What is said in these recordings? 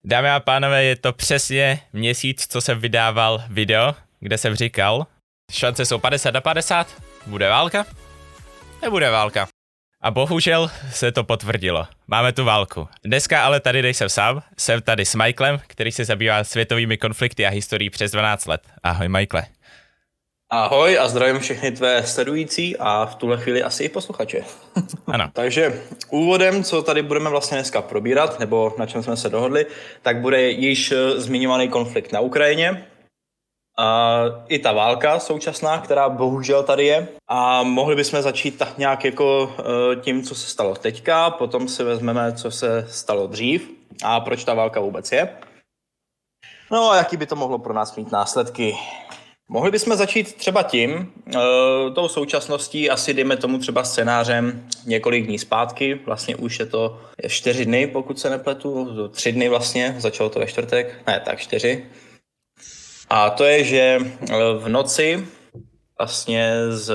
Dámy a pánové, je to přesně měsíc, co jsem vydával video, kde jsem říkal, šance jsou 50/50, bude válka? Nebude válka. A bohužel se to potvrdilo. Máme tu válku. Dneska ale tady nejsem sám, jsem tady s Michaelem, který se zabývá světovými konflikty a historií přes 12 let. Ahoj Michaele. Ahoj a zdravím všechny tvé sledující a v tuhle chvíli asi i posluchače. Ano. Takže úvodem, co tady budeme vlastně dneska probírat, nebo na čem jsme se dohodli, tak bude již zmiňovaný konflikt na Ukrajině. A i ta válka současná, která bohužel tady je. A mohli bychom začít tak nějak jako tím, co se stalo teďka, potom si vezmeme, co se stalo dřív a proč ta válka vůbec je. No a jaký by to mohlo pro nás mít následky. Mohli bychom začít třeba tím, tou současností, asi dejme tomu třeba scénářem několik dní zpátky, vlastně už je to 4 dny, pokud se nepletu, 3 dny vlastně, začalo to ve čtvrtek, ne, tak 4. A to je, že v noci vlastně z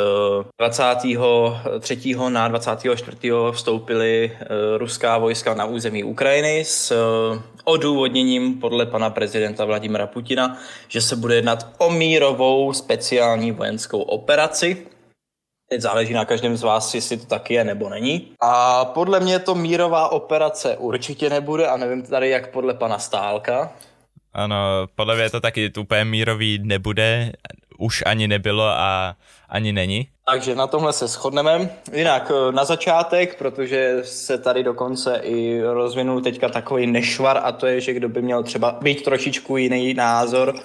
23. na 24. vstoupily ruská vojska na území Ukrajiny s odůvodněním podle pana prezidenta Vladimira Putina, že se bude jednat o mírovou speciální vojenskou operaci. Teď záleží na každém z vás, jestli to taky je nebo není. A podle mě to mírová operace určitě nebude a nevím tady jak podle pana Stálka. Ano, podle mě to taky úplně mírový nebude, už ani nebylo a ani není. Takže na tomhle se shodneme. Jinak na začátek, protože se tady dokonce i rozvinul teďka takový nešvar a to je, že kdo by měl třeba být trošičku jiný názor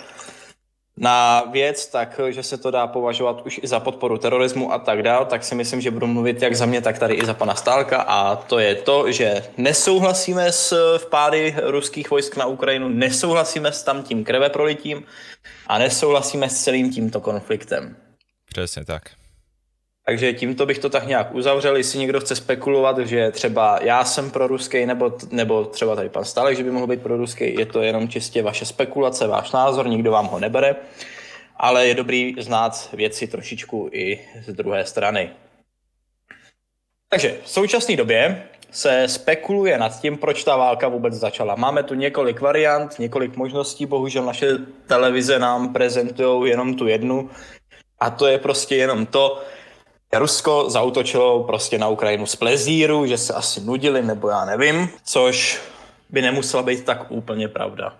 na věc, takže se to dá považovat už i za podporu terorismu a tak dál, tak si myslím, že budu mluvit jak za mě, tak tady i za pana Stálka a to je to, že nesouhlasíme s vpády ruských vojsk na Ukrajinu, nesouhlasíme s tam tím krveprolitím a nesouhlasíme s celým tímto konfliktem. Přesně tak. Takže tímto bych to tak nějak uzavřel, jestli někdo chce spekulovat, že třeba já jsem proruský, nebo třeba tady pan Stálek, že by mohl být proruský, je to jenom čistě vaše spekulace, váš názor, nikdo vám ho nebere, ale je dobrý znát věci trošičku i z druhé strany. Takže v současné době se spekuluje nad tím, proč ta válka vůbec začala. Máme tu několik variant, několik možností, bohužel naše televize nám prezentují jenom tu jednu a to je prostě jenom to, Rusko zaútočilo prostě na Ukrajinu z plezíru, že se asi nudili, nebo já nevím, což by nemusela být tak úplně pravda.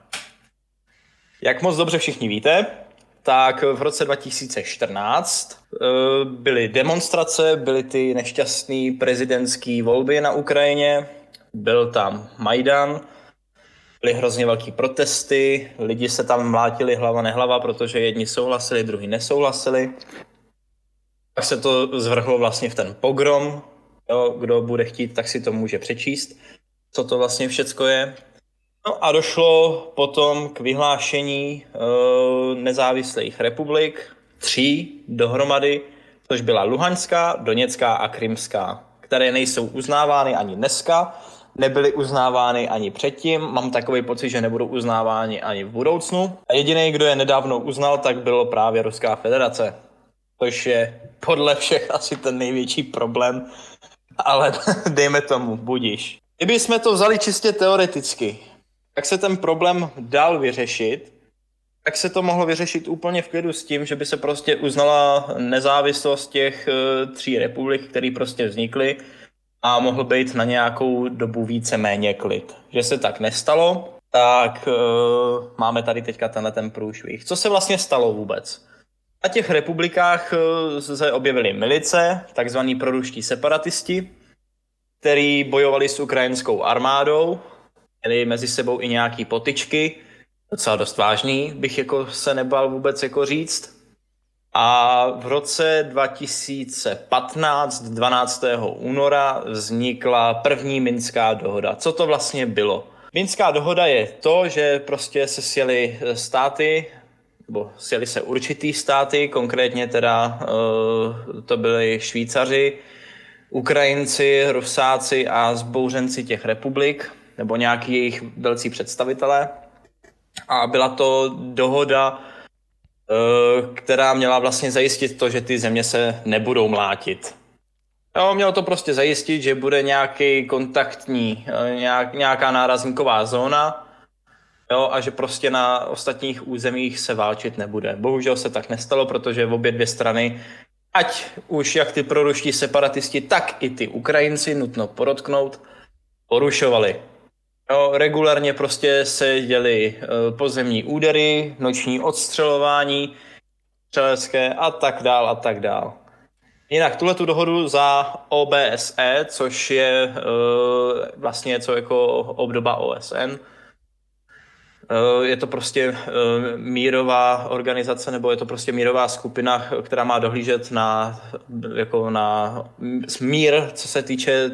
Jak moc dobře všichni víte, tak v roce 2014 byly demonstrace, byly ty nešťastné prezidentské volby na Ukrajině, byl tam Majdan, byly hrozně velké protesty, lidi se tam mlátili hlava nehlava, protože jedni souhlasili, druhý nesouhlasili. Tak se to zvrhlo vlastně v ten pogrom, jo, kdo bude chtít, tak si to může přečíst, co to vlastně všecko je. No a došlo potom k vyhlášení nezávislých republik, 3 dohromady, což byla Luhanská, Doněcká a Krymská, které nejsou uznávány ani dneska, nebyly uznávány ani předtím, mám takový pocit, že nebudou uznávány ani v budoucnu. A jediný, kdo je nedávno uznal, tak bylo právě Ruská federace. Což je podle všech asi ten největší problém, ale dejme tomu, budiš. Kdyby jsme to vzali čistě teoreticky, tak se ten problém dal vyřešit, tak se to mohlo vyřešit úplně v klidu s tím, že by se prostě uznala nezávislost těch 3 republik, které prostě vznikly a mohl být na nějakou dobu víceméně klid. Že se tak nestalo, tak máme tady teďka tenhle ten průšvih. Co se vlastně stalo vůbec? Na těch republikách se objevily milice, takzvaní proruští separatisti, kteří bojovali s ukrajinskou armádou, měli mezi sebou i nějaký potyčky, docela dost vážný, bych jako se nebal vůbec jako říct. A v roce 2015, 12. února, vznikla první Minská dohoda. Co to vlastně bylo? Minská dohoda je to, že prostě se sjeli státy, nebo sjeli se určitý státy, konkrétně teda to byli Švýcaři, Ukrajinci, Rusáci a zbouřenci těch republik, nebo nějaký jejich velcí představitelé. A byla to dohoda, která měla vlastně zajistit to, že ty země se nebudou mlátit. Jo, mělo to prostě zajistit, že bude nějaký kontaktní, nějaká nárazníková zóna, Jo, a že prostě na ostatních územích se válčit nebude. Bohužel se tak nestalo, protože v obě dvě strany, ať už jak ty proruští separatisti, tak i ty Ukrajinci, nutno podotknout, porušovali. Jo, regulárně prostě se děly pozemní údery, noční odstřelování, střelecké a tak dál a tak dál. Jinak tuhletu dohodu za OBSE, což je vlastně něco jako obdoba OSN, je to prostě mírová organizace, nebo je to prostě mírová skupina, která má dohlížet na mír, co se týče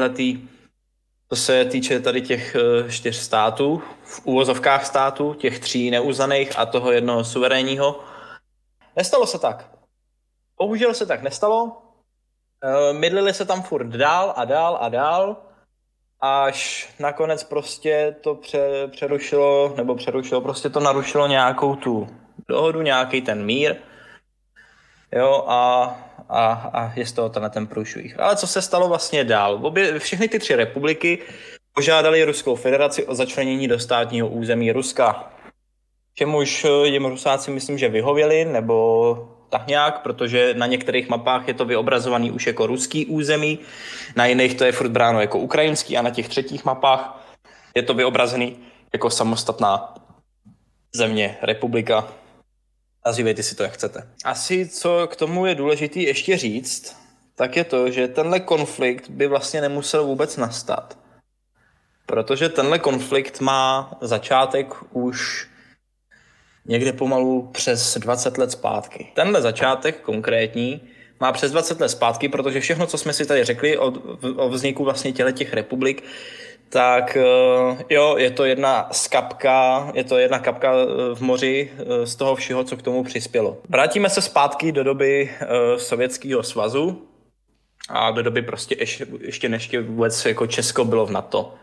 tady těch 4 států, v úvozovkách států, těch 3 neuznaných a toho jednoho suverénního. Nestalo se tak. Bohužel se tak nestalo. Mydlili se tam furt dál a dál a dál, až nakonec prostě to přerušilo, prostě to narušilo nějakou tu dohodu, nějaký ten mír. Jo, a je z toho ten průšvih. Ale co se stalo vlastně dál? Všechny ty 3 republiky požádali Ruskou federaci o začlenění do státního území Ruska. Čemuž jim Rusáci myslím, že vyhověli, nebo tak nějak, protože na některých mapách je to vyobrazovaný už jako ruský území, na jiných to je furt bráno jako ukrajinský a na těch 3. mapách je to vyobrazený jako samostatná země, republika. Nazývejte si to, jak chcete. Asi, co k tomu je důležité ještě říct, tak je to, že tenhle konflikt by vlastně nemusel vůbec nastat. Protože tenhle konflikt má začátek už někde pomalu přes 20 let zpátky. Tenhle začátek konkrétní má přes 20 let zpátky, protože všechno, co jsme si tady řekli o vzniku vlastně těch republik, tak jo, je to jedna kapka v moři z toho všeho, co k tomu přispělo. Vrátíme se zpátky do doby Sovětského svazu a do doby prostě ještě než vůbec jako Česko bylo v NATO.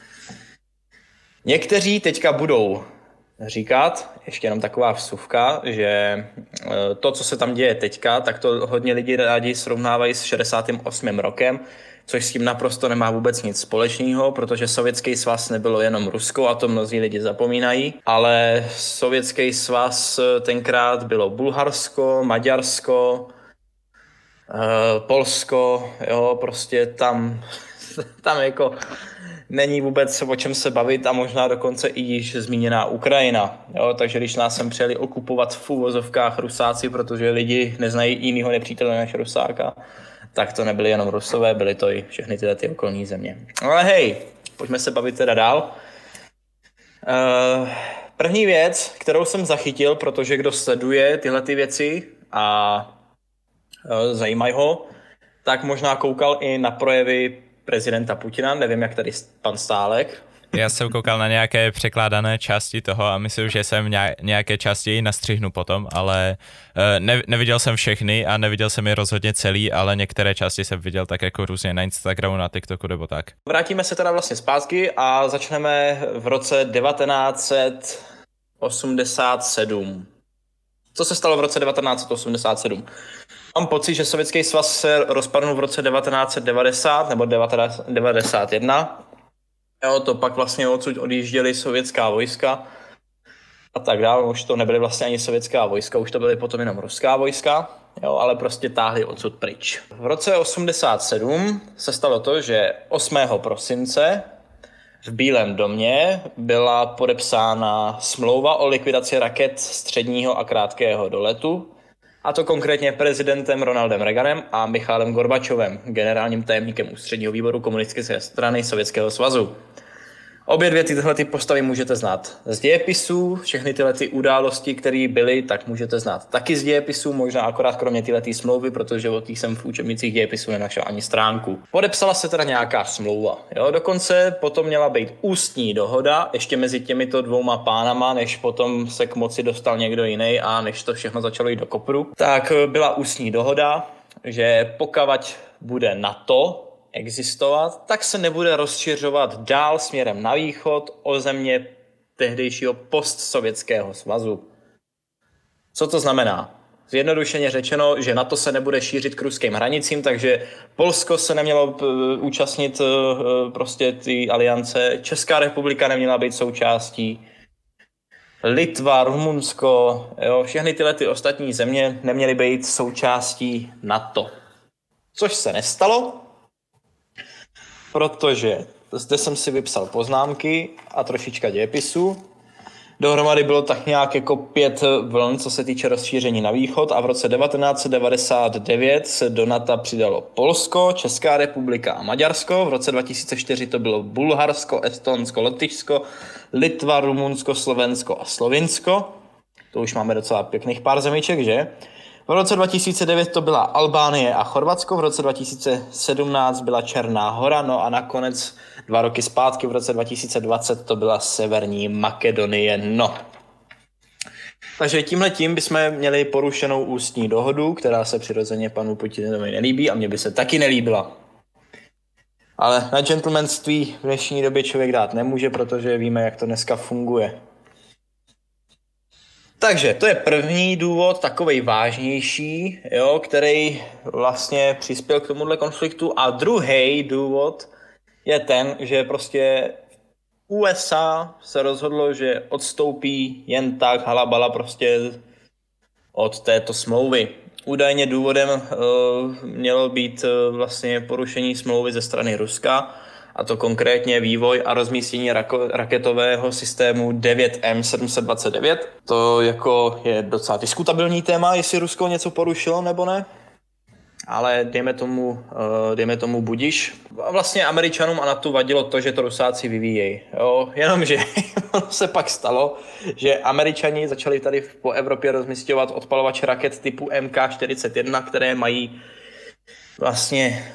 Někteří teďka budou říkat, ještě jenom taková vsuvka, že to, co se tam děje teďka, tak to hodně lidí rádi srovnávají s 68. rokem, což s tím naprosto nemá vůbec nic společného, protože Sovětský svaz nebylo jenom Rusko, a to mnozí lidi zapomínají, ale Sovětský svaz tenkrát bylo Bulharsko, Maďarsko, Polsko, jo, prostě tam jako není vůbec o čem se bavit a možná dokonce i již zmíněná Ukrajina. Jo, takže když nás sem přijeli okupovat v úvozovkách Rusáci, protože lidi neznají jinýho nepřítele než Rusáka, tak to nebyly jenom Rusové, byly to i všechny tyhle ty okolní země. Ale hej, pojďme se bavit teda dál. První věc, kterou jsem zachytil, protože kdo sleduje tyhle ty věci a zajímají ho, tak možná koukal i na projevy prezidenta Putina, nevím, jak tady pan Stálek. Já jsem koukal na nějaké překládané části toho a myslím, že jsem nějaké části nastřihnu potom, ale neviděl jsem všechny a neviděl jsem je rozhodně celý, ale některé části jsem viděl tak jako různě na Instagramu, na TikToku nebo tak. Vrátíme se teda vlastně zpátky a začneme v roce 1987. Co se stalo v roce 1987? Mám pocit, že Sovětský svaz se rozpadl v roce 1990 nebo 1991. Jo, to pak vlastně odsud odjížděly sovětská vojska a tak dále. Už to nebyly vlastně ani sovětská vojska, už to byly potom jenom ruská vojska, jo, ale prostě táhli odsud pryč. V roce 87 se stalo to, že 8. prosince v Bílém domě byla podepsána smlouva o likvidaci raket středního a krátkého doletu, a to konkrétně prezidentem Ronaldem Reaganem a Michailem Gorbačovem, generálním tajemníkem ústředního výboru komunistické strany Sovětského svazu. Obě dvě tyhle postavy můžete znát z dějepisů, všechny tyhle události, které byly, tak můžete znát taky z dějepisů, možná akorát kromě tyhle smlouvy, protože o těch jsem v učebnicích dějepisů nenašel ani stránku. Podepsala se teda nějaká smlouva, jo? Dokonce potom měla být ústní dohoda ještě mezi těmito dvouma pánama, než potom se k moci dostal někdo jiný a než to všechno začalo jít do kopru. Tak byla ústní dohoda, že pokud bude NATO existovat, tak se nebude rozšiřovat dál směrem na východ o země tehdejšího postsovětského svazu. Co to znamená? Zjednodušeně řečeno, že NATO se nebude šířit k ruským hranicím, takže Polsko se nemělo účastnit prostě ty aliance, Česká republika neměla být součástí, Litva, Rumunsko, jo, všechny tyhle ty ostatní země neměly být součástí NATO. Což se nestalo, protože zde jsem si vypsal poznámky a trošička dějepisu. Dohromady bylo tak nějak jako 5 vln, co se týče rozšíření na východ, a v roce 1999 se do NATO přidalo Polsko, Česká republika a Maďarsko. V roce 2004 to bylo Bulharsko, Estonsko, Lotyšsko, Litva, Rumunsko, Slovensko a Slovinsko. To už máme docela pěkných pár zemíček, že? V roce 2009 to byla Albánie a Chorvatsko, v roce 2017 byla Černá Hora, no a nakonec 2 roky zpátky v roce 2020 to byla Severní Makedonie, no. Takže tímhletím bychom měli porušenou ústní dohodu, která se přirozeně panu Putinovi nelíbí a mně by se taky nelíbila. Ale na gentlemanství v dnešní době člověk dát nemůže, protože víme, jak to dneska funguje. Takže to je první důvod, takovej vážnější, jo, který vlastně přispěl k tomuhle konfliktu. A druhý důvod je ten, že prostě USA se rozhodlo, že odstoupí jen tak halabala prostě od této smlouvy. Údajně důvodem mělo být vlastně porušení smlouvy ze strany Ruska, a to konkrétně vývoj a rozmístění raketového systému 9M729. To jako je docela diskutabilní téma, jestli Rusko něco porušilo nebo ne, ale dejme tomu budiš. Vlastně Američanům a NATO vadilo to, že to Rusáci vyvíjejí. Jenomže se pak stalo, že Američani začali tady po Evropě rozmísťovat odpalovače raket typu MK41, které mají vlastně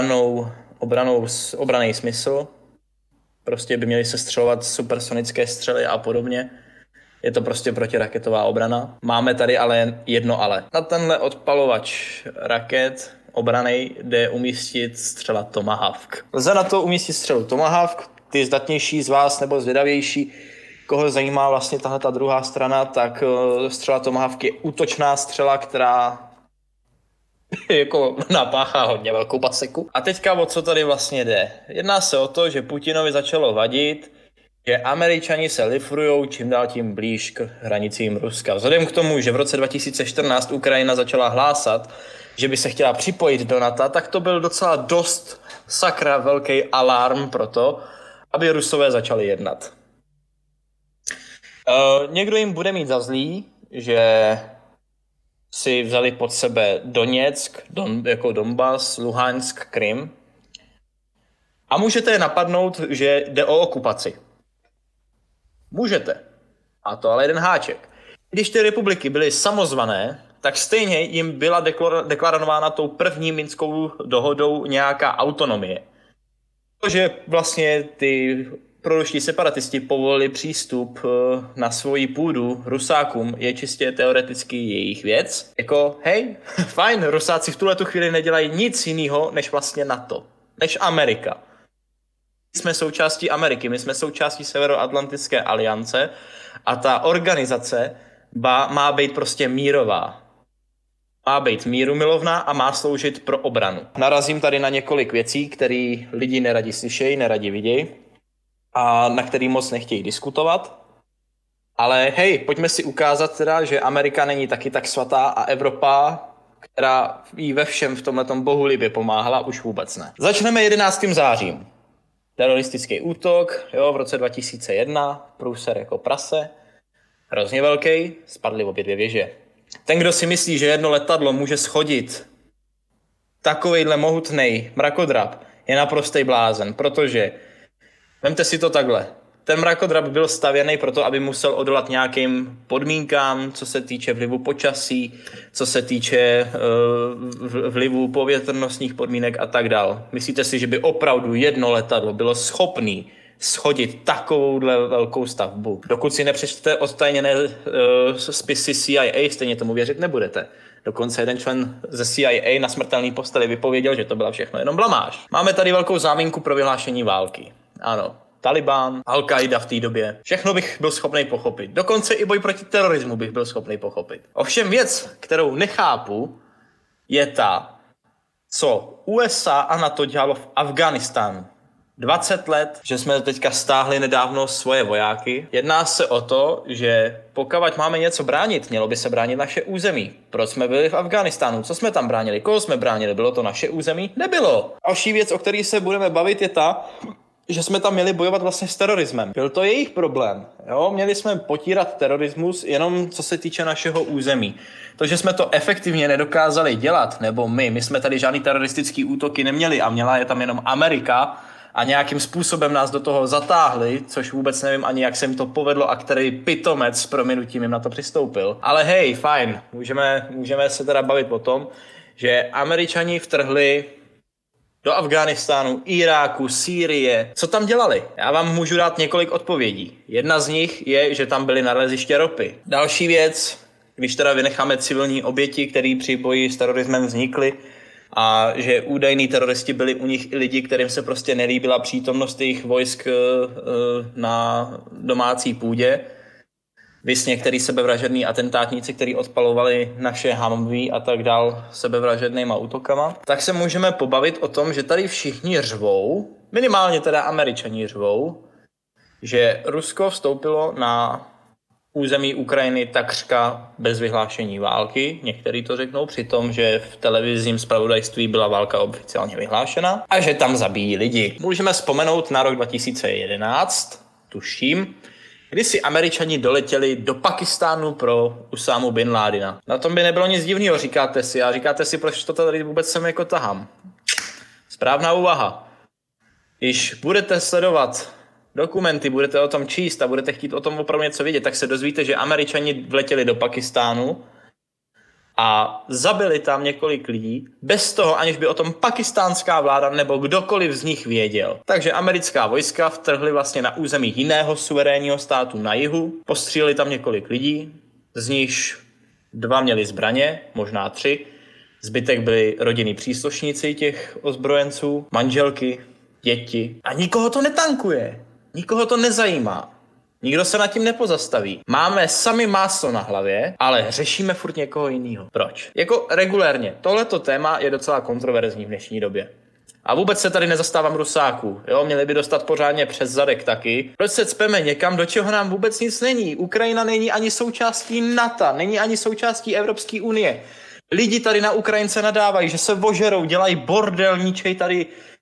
obranný smysl. Prostě by měly sestřelovat supersonické střely a podobně. Je to prostě protiraketová obrana. Máme tady ale jedno ale. Na tenhle odpalovač raket obranej jde umístit střela Tomahawk. Lze na to umístit střelu Tomahawk. Ty zdatnější z vás nebo zvědavější, koho zajímá vlastně tahle ta druhá strana, tak střela Tomahawk je útočná střela, která jako napáchá hodně velkou paseku. A teďka o co tady vlastně jde? Jedná se o to, že Putinovi začalo vadit, že Američani se lifrujou čím dál tím blíž k hranicím Ruska. Vzhledem k tomu, že v roce 2014 Ukrajina začala hlásat, že by se chtěla připojit do NATO, tak to byl docela dost sakra velký alarm pro to, aby Rusové začali jednat. Někdo jim bude mít za zlý, že si vzali pod sebe Doněck, jako Donbas, Luhansk, Krym. A můžete je napadnout, že jde o okupaci. Můžete. A to ale jeden háček. Když ty republiky byly samozvané, tak stejně jim byla deklarována tou první minskou dohodou nějaká autonomie. Protože vlastně ty proruští separatisti povolili přístup na svoji půdu Rusákům, je čistě teoreticky jejich věc. Jako, hej, fajn, Rusáci v tuhletu chvíli nedělají nic jiného, než vlastně NATO, než Amerika. My jsme součástí Ameriky, my jsme součástí Severoatlantické aliance a ta organizace má být prostě mírová. Má být mírumilovná a má sloužit pro obranu. Narazím tady na několik věcí, které lidi neradi slyšejí, neradi vidějí a na který moc nechtějí diskutovat. Ale hej, pojďme si ukázat teda, že Amerika není taky tak svatá a Evropa, která jí ve všem v tomhletom bohulibě pomáhala, už vůbec ne. Začneme 11. zářím. Teroristický útok, v roce 2001, průser jako prase, hrozně velký, spadly obě dvě věže. Ten, kdo si myslí, že jedno letadlo může schodit takovejhle mohutnej mrakodrap, je naprostej blázen, protože vemte si to takhle. Ten mrakodrap byl stavěný proto, aby musel odolat nějakým podmínkám, co se týče vlivu počasí, co se týče vlivu povětrnostních podmínek a tak dál. Myslíte si, že by opravdu jedno letadlo bylo schopný schodit takovouhle velkou stavbu? Dokud si nepřečtete odtajněné spisy CIA, stejně tomu věřit nebudete. Dokonce jeden člen ze CIA na smrtelný posteli vypověděl, že to byla všechno jenom blamáž. Máme tady velkou záminku pro vyhlášení války. Ano. Taliban, Al-Qaida v té době. Všechno bych byl schopný pochopit. Dokonce i boj proti terorismu bych byl schopný pochopit. Ovšem věc, kterou nechápu, je ta, co USA a NATO dělalo v Afghánistánu. 20 let, že jsme teďka stáhli nedávno svoje vojáky. Jedná se o to, že pokud máme něco bránit, mělo by se bránit naše území. Proč jsme byli v Afghánistánu? Co jsme tam bránili? Koho jsme bránili? Bylo to naše území? Nebylo. Další věc, o které se budeme bavit, je ta, že jsme tam měli bojovat vlastně s terorismem. Byl to jejich problém. Jo? Měli jsme potírat terorismus jenom co se týče našeho území. To, že jsme to efektivně nedokázali dělat, nebo my jsme tady žádný teroristický útoky neměli a měla je tam jenom Amerika a nějakým způsobem nás do toho zatáhli, což vůbec nevím ani, jak se jim to povedlo a který pitomec s prominutím jim na to přistoupil. Ale hej, fajn, můžeme se teda bavit o tom, že Američani vtrhli do Afghánistánu, Iráku, Sýrie. Co tam dělali? Já vám můžu dát několik odpovědí. Jedna z nich je, že tam byly naleziště ropy. Další věc, když teda vynecháme civilní oběti, které při boji s terorismem vznikly, a že údajní teroristi byli u nich i lidi, kterým se prostě nelíbila přítomnost jejich vojsk na domácí půdě. Vys některý sebevražedný atentátníci, kteří odpalovali naše Humvee a tak dál sebevražednýma útokama. Tak se můžeme pobavit o tom, že tady všichni řvou, minimálně teda Američani řvou, že Rusko vstoupilo na území Ukrajiny takřka bez vyhlášení války. Někteří to řeknou při tom, že v televizním zpravodajství byla válka oficiálně vyhlášena a že tam zabíjí lidi. Můžeme vzpomenout na rok 2011, tuším, kdy si Američani doletěli do Pakistánu pro Usámu bin Ládina. Na tom by nebylo nic divného, říkáte si. A říkáte si, proč to tady vůbec sem jako tahám. Správná úvaha. Když budete sledovat dokumenty, budete o tom číst a budete chtít o tom opravdu něco vědět, tak se dozvíte, že Američani vletěli do Pakistánu a zabili tam několik lidí, bez toho, aniž by o tom pakistánská vláda nebo kdokoliv z nich věděl. Takže americká vojska vtrhly vlastně na území jiného suverénního státu na jihu, postříleli tam několik lidí, z nichž 2 měli zbraně, možná 3, zbytek byli rodinní příslušníci těch ozbrojenců, manželky, děti. A nikoho to netankuje, nikoho to nezajímá. Nikdo se nad tím nepozastaví. Máme sami máslo na hlavě, ale řešíme furt někoho jiného. Proč? Jako regulérně. Tohleto téma je docela kontroverzní v dnešní době. A vůbec se tady nezastávám Rusáků. Jo, měli by dostat pořádně přes zadek taky. Proč se cpeme někam, do čeho nám vůbec nic není? Ukrajina není ani součástí NATO, není ani součástí Evropské unie. Lidi tady na Ukrajince nadávají, že se vožerou, dělají bordel, ničej tady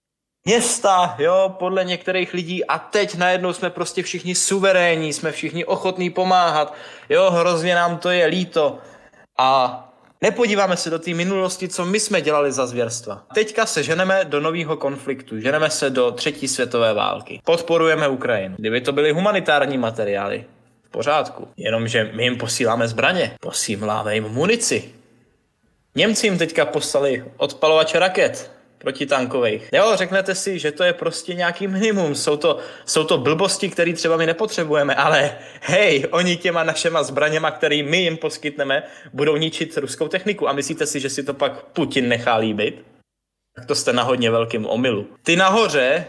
města, jo, podle některých lidí a teď najednou jsme prostě všichni suverénní, jsme všichni ochotní pomáhat, jo, hrozně nám to je líto a nepodíváme se do té minulosti, co my jsme dělali za zvěrstva. Teďka se ženeme do nového konfliktu, ženeme se do 3. světové války. Podporujeme Ukrajinu. Kdyby to byly humanitární materiály, v pořádku. Jenomže my jim posíláme zbraně, posíláme jim munici. Němci jim teďka poslali odpalovače raket protitankových. Jo, řeknete si, že to je prostě nějaký minimum. Jsou to blbosti, které třeba my nepotřebujeme, ale hej, oni těma našema zbraněma, který my jim poskytneme, budou ničit ruskou techniku. A myslíte si, že si to pak Putin nechá líbit? Tak to jste na hodně velkým omylu. Ty nahoře,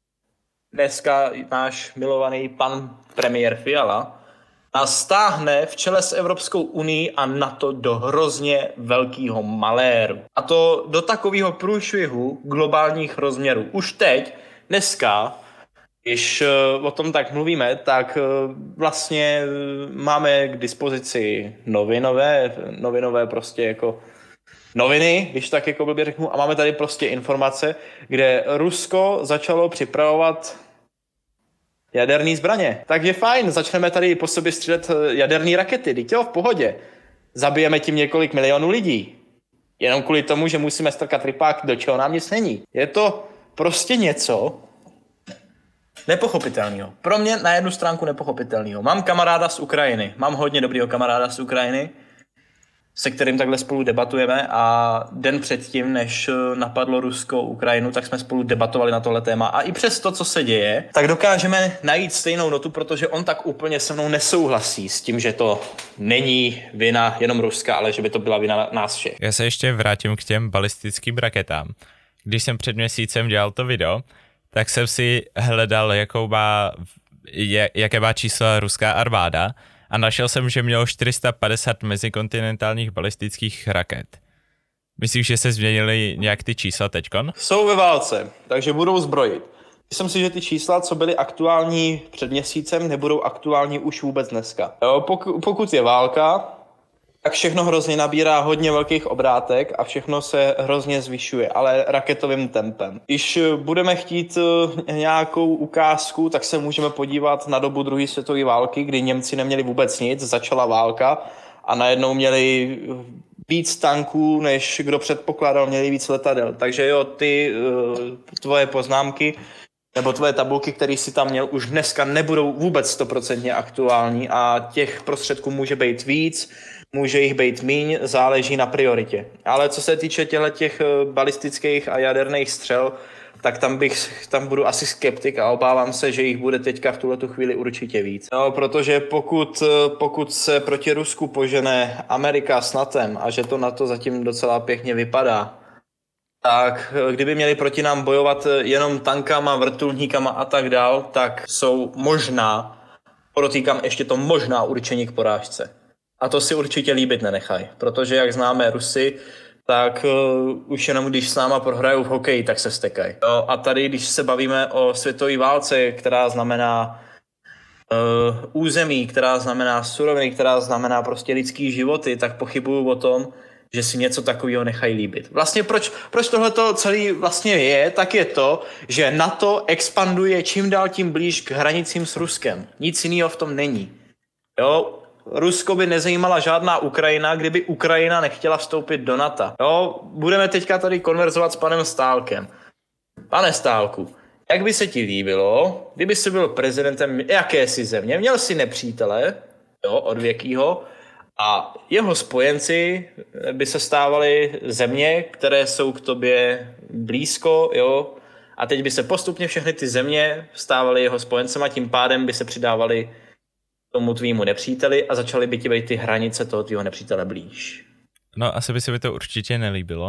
dneska náš milovaný pan premiér Fiala, nás stáhne v čele s Evropskou unii a NATO do hrozně velkého maléru. A to do takového průšvihu globálních rozměrů. Už teď, dneska, když o tom tak mluvíme, tak vlastně máme k dispozici novinové prostě jako noviny, když tak jako blbě řeknu, a máme tady prostě informace, kde Rusko začalo připravovat jaderný zbraně. Takže fajn, začneme tady po sobě střílet jaderný rakety. Teď jo, v pohodě. Zabijeme tím několik milionů lidí. Jenom kvůli tomu, že musíme strkat rypák, do čeho nám nic není. Je to prostě něco nepochopitelného. Pro mě na jednu stránku nepochopitelného. Mám kamaráda z Ukrajiny. Mám hodně dobrýho kamaráda z Ukrajiny, se kterým takhle spolu debatujeme a den předtím, než napadlo Rusko Ukrajinu, tak jsme spolu debatovali na tohle téma a i přes to, co se děje, tak dokážeme najít stejnou notu, protože on tak úplně se mnou nesouhlasí s tím, že to není vina jenom Ruska, ale že by to byla vina nás všech. Já se ještě vrátím k těm balistickým raketám. Když jsem před měsícem dělal to video, tak jsem si hledal, jaké má čísla ruská armáda, a našel jsem, že mělo 450 mezikontinentálních balistických raket. Myslíš, že se změnily nějak ty čísla teďkon? Jsou ve válce, takže budou zbrojit. Myslím si, že ty čísla, co byly aktuální před měsícem, nebudou aktuální už vůbec dneska. Jo, pokud je válka, tak všechno hrozně nabírá hodně velkých obrátek a všechno se hrozně zvyšuje, ale raketovým tempem. Když budeme chtít nějakou ukázku, tak se můžeme podívat na dobu druhé světové války, kdy Němci neměli vůbec nic, začala válka a najednou měli víc tanků, než kdo předpokládal, měli víc letadel. Takže jo, ty tvoje poznámky nebo tvoje tabulky, které si tam měl, už dneska nebudou vůbec 100% aktuální a těch prostředků může být víc, může jich být míň, záleží na prioritě. Ale co se týče těch balistických a jaderných střel, tak tam budu asi skeptik a obávám se, že jich bude teďka v tuhletu chvíli určitě víc. No, protože pokud se proti Rusku požene Amerika s NATOem a že to NATO zatím docela pěkně vypadá, tak kdyby měli proti nám bojovat jenom tankama, vrtulníkama a tak dál, tak jsou možná, podotýkám ještě to možná, určení k porážce. A to si určitě líbit nenechají, protože jak známe Rusy, tak už jenom když s náma prohrajou v hokeji, tak se stekají. A tady, když se bavíme o světové válce, která znamená území, která znamená suroviny, která znamená prostě lidský životy, tak pochybuju o tom, že si něco takového nechají líbit. Vlastně proč tohleto celý vlastně je, tak je to, že NATO expanduje čím dál tím blíž k hranicím s Ruskem. Nic jiného v tom není. Jo, Rusko by nezajímala žádná Ukrajina, kdyby Ukrajina nechtěla vstoupit do NATO. Jo, budeme teďka tady konverzovat s panem Stálkem. Pane Stálku, jak by se ti líbilo, kdyby jsi byl prezidentem jakési země, měl si nepřítele, jo, odvěkýho, a jeho spojenci by se stávaly země, které jsou k tobě blízko, jo, a teď by se postupně všechny ty země stávaly jeho spojencema, tím pádem by se přidávaly tomu tvýmu nepříteli a začaly by ti být ty hranice toho tvýho nepřítele blíž. No, asi by se mi to určitě nelíbilo.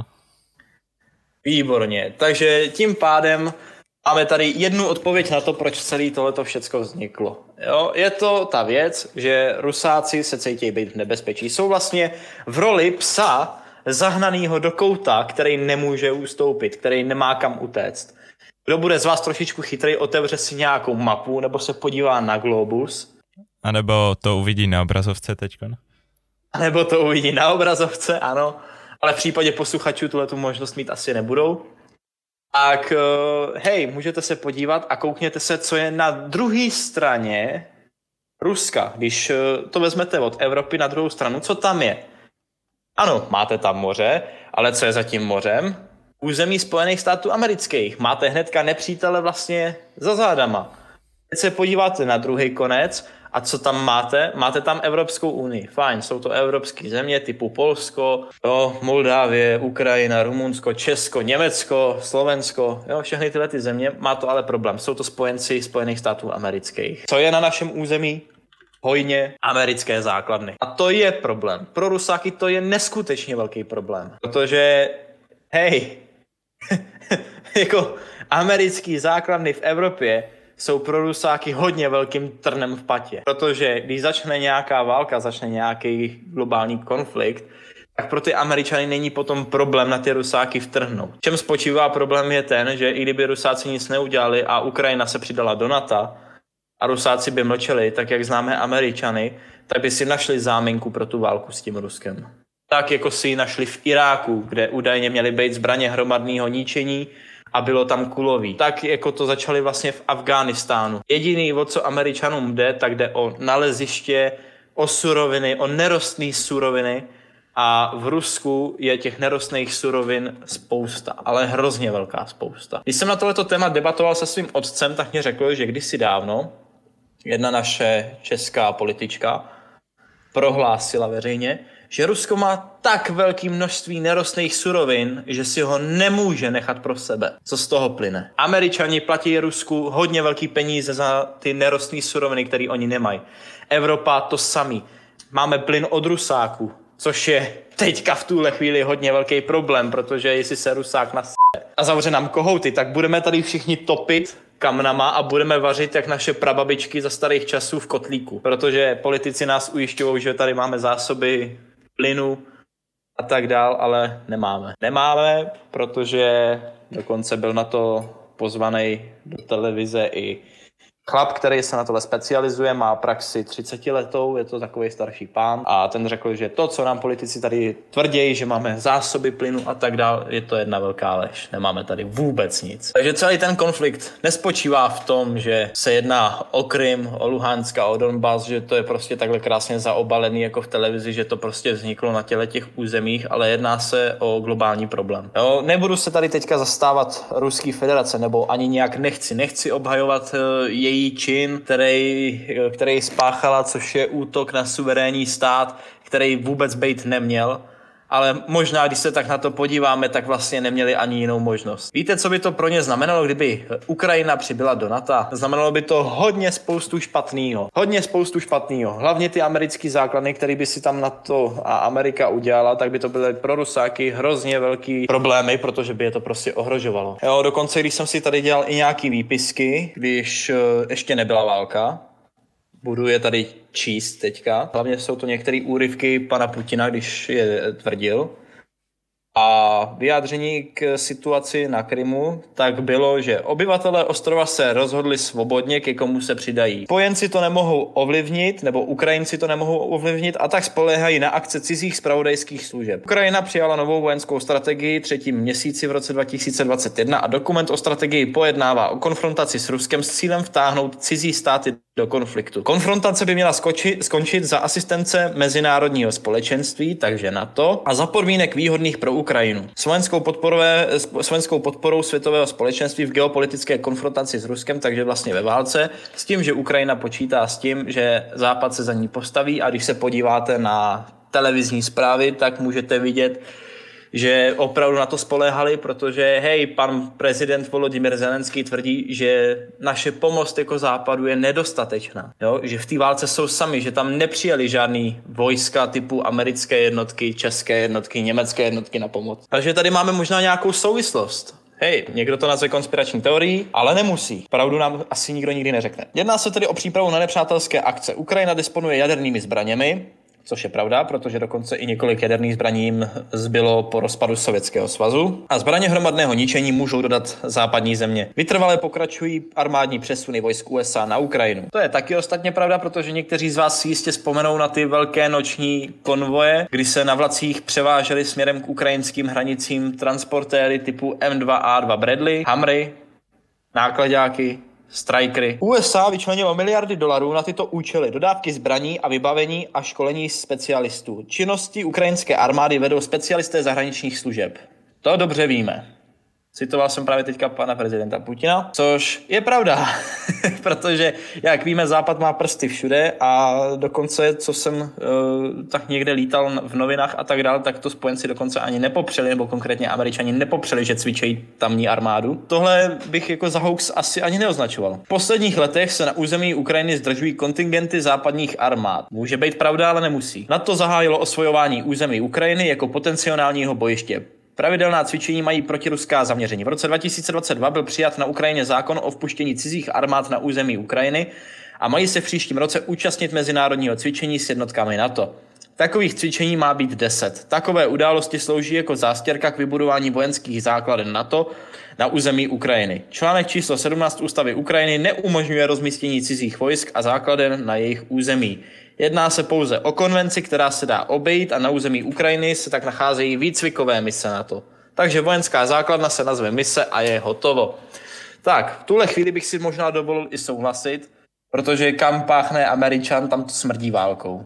Výborně, takže tím pádem máme tady jednu odpověď na to, proč celé tohleto všecko vzniklo. Jo? Je to ta věc, že Rusáci se cítí být v nebezpečí. Jsou vlastně v roli psa zahnanýho do kouta, který nemůže ustoupit, který nemá kam utéct. Kdo bude z vás trošičku chytrý, otevře si nějakou mapu nebo se podívá na globus. A nebo to uvidí na obrazovce teďkon. A nebo to uvidí na obrazovce, ano. Ale v případě posluchačů tuhletu možnost mít asi nebudou. Tak hej, můžete se podívat a koukněte se, co je na druhé straně Ruska. Když to vezmete od Evropy na druhou stranu, co tam je? Ano, máte tam moře, ale co je za tím mořem? Území Spojených států amerických. Máte hnedka nepřítele vlastně za zádama. Teď se podíváte na druhý konec a co tam máte? Máte tam Evropskou unii. Fajn, jsou to evropské země typu Polsko, jo, Moldávie, Ukrajina, Rumunsko, Česko, Německo, Slovensko, jo, všechny tyhle ty země. Má to ale problém. Jsou to spojenci Spojených států amerických. Co je na našem území? Hojně americké základny. A to je problém. Pro Rusáky to je neskutečně velký problém. Protože, hej, jako americký základny v Evropě jsou pro Rusáky hodně velkým trnem v patě. Protože když začne nějaká válka, začne nějaký globální konflikt, tak pro ty Američany není potom problém na ty Rusáky vtrhnout. V čem spočívá problém je ten, že i kdyby Rusáci nic neudělali a Ukrajina se přidala do NATO a Rusáci by mlčeli, tak jak známe Američany, tak by si našli záminku pro tu válku s tím Ruskem. Tak jako si ji našli v Iráku, kde údajně měly být zbraně hromadného ničení, a bylo tam kulový. Tak jako to začali vlastně v Afghánistánu. Jediný, o co Američanům jde, tak jde o naleziště, o suroviny, o nerostné suroviny a v Rusku je těch nerostných surovin spousta, ale hrozně velká spousta. Když jsem na tohleto téma debatoval se svým otcem, tak mě řekl, že kdysi dávno jedna naše česká politička prohlásila veřejně, že Rusko má tak velké množství nerostných surovin, že si ho nemůže nechat pro sebe. Co z toho plyne? Američani platí Rusku hodně velký peníze za ty nerostné suroviny, které oni nemají. Evropa to samý. Máme plyn od Rusáku, což je teďka v tuhle chvíli hodně velký problém, protože jestli se Rusák a zavře nám kohouty, tak budeme tady všichni topit kamnama a budeme vařit jak naše prababičky za starých časů v kotlíku. Protože politici nás ujišťují, že tady máme zásoby plynu a tak dál, ale nemáme. Nemáme, protože dokonce byl na to pozvaný do televize i chlap, který se na tohle specializuje, má praxi 30letou, je to takový starší pán a ten řekl, že to, co nám politici tady tvrdí, že máme zásoby plynu a tak dál, je to jedna velká lež. Nemáme tady vůbec nic. Takže celý ten konflikt nespočívá v tom, že se jedná o Krym, o Luhansk a o Donbas, že to je prostě takhle krásně zaobalený jako v televizi, že to prostě vzniklo na těch územích, ale jedná se o globální problém. Jo, nebudu se tady teďka zastávat Ruské federace, nebo ani nějak nechci obhajovat její čin, který spáchala, což je útok na suverénní stát, který vůbec být neměl. Ale možná, když se tak na to podíváme, tak vlastně neměli ani jinou možnost. Víte, co by to pro ně znamenalo, kdyby Ukrajina přibyla do NATO? Znamenalo by to hodně spoustu špatného. Hlavně ty americké základny, které by si tam NATO a Amerika udělala, tak by to byly pro Rusáky hrozně velký problémy, protože by je to prostě ohrožovalo. Jo, dokonce, když jsem si tady dělal i nějaký výpisky, když ještě nebyla válka, budu je tady číst teďka. Hlavně jsou to některé úryvky pana Putina, když je tvrdil. A vyjádření k situaci na Krymu tak bylo, že obyvatelé ostrova se rozhodli svobodně, ke komu se přidají. Spojenci to nemohou ovlivnit, nebo Ukrajinci to nemohou ovlivnit a tak spoléhají na akce cizích zpravodajských služeb. Ukrajina přijala novou vojenskou strategii 3. měsíci v roce 2021 a dokument o strategii pojednává o konfrontaci s Ruskem s cílem vtáhnout cizí státy do konfliktu. Konfrontace by měla skončit za asistence mezinárodního společenství, takže NATO, a za podmínek výhodných pro Ukrajinu. S vojenskou podporou světového společenství v geopolitické konfrontaci s Ruskem, takže vlastně ve válce, s tím, že Ukrajina počítá s tím, že Západ se za ní postaví, a když se podíváte na televizní zprávy, tak můžete vidět, že opravdu na to spoléhali, protože pan prezident Volodymyr Zelenský tvrdí, že naše pomoc jako Západu je nedostatečná. Jo? Že v té válce jsou sami, že tam nepřijeli žádný vojska typu americké jednotky, české jednotky, německé jednotky na pomoc. Takže tady máme možná nějakou souvislost. Někdo to nazve konspirační teorií, ale nemusí. Pravdu nám asi nikdo nikdy neřekne. Jedná se tedy o přípravu na nepřátelské akce. Ukrajina disponuje jadernými zbraněmi, což je pravda, protože dokonce i několik jaderných zbraní jim zbylo po rozpadu Sovětského svazu. A zbraně hromadného ničení můžou dodat západní země. Vytrvale pokračují armádní přesuny vojsk USA na Ukrajinu. To je taky ostatně pravda, protože někteří z vás si jistě vzpomenou na ty velké noční konvoje, kdy se na vlacích převážely směrem k ukrajinským hranicím transportéry typu M2A2 Bradley, Humry, nákladáky, Strikery. USA vyčlenilo miliardy dolarů na tyto účely, dodávky zbraní a vybavení a školení specialistů. Činnosti ukrajinské armády vedou specialisté zahraničních služeb. To dobře víme. Citoval jsem právě teďka pana prezidenta Putina, což je pravda, protože, jak víme, Západ má prsty všude a dokonce, co jsem tak někde lítal v novinách a tak dále, tak to spojenci dokonce ani nepopřeli, nebo konkrétně Američani nepopřeli, že cvičejí tamní armádu. Tohle bych jako za hoax asi ani neoznačoval. V posledních letech se na území Ukrajiny zdržují kontingenty západních armád. Může být pravda, ale nemusí. NATO zahájilo osvojování území Ukrajiny jako potenciálního bojiště. Pravidelná cvičení mají protiruská zaměření. V roce 2022 byl přijat na Ukrajině zákon o vpuštění cizích armád na území Ukrajiny a mají se v příštím roce účastnit mezinárodního cvičení s jednotkami NATO. Takových cvičení má být 10. Takové události slouží jako zástěrka k vybudování vojenských základen NATO na území Ukrajiny. Článek číslo 17 ústavy Ukrajiny neumožňuje rozmístění cizích vojsk a základen na jejich území. Jedná se pouze o konvenci, která se dá obejít, a na území Ukrajiny se tak nacházejí výcvikové mise NATO. Takže vojenská základna se nazve mise a je hotovo. Tak, v tuhle chvíli bych si možná dovolil i souhlasit, protože kam páchne Američan, tam to smrdí válkou.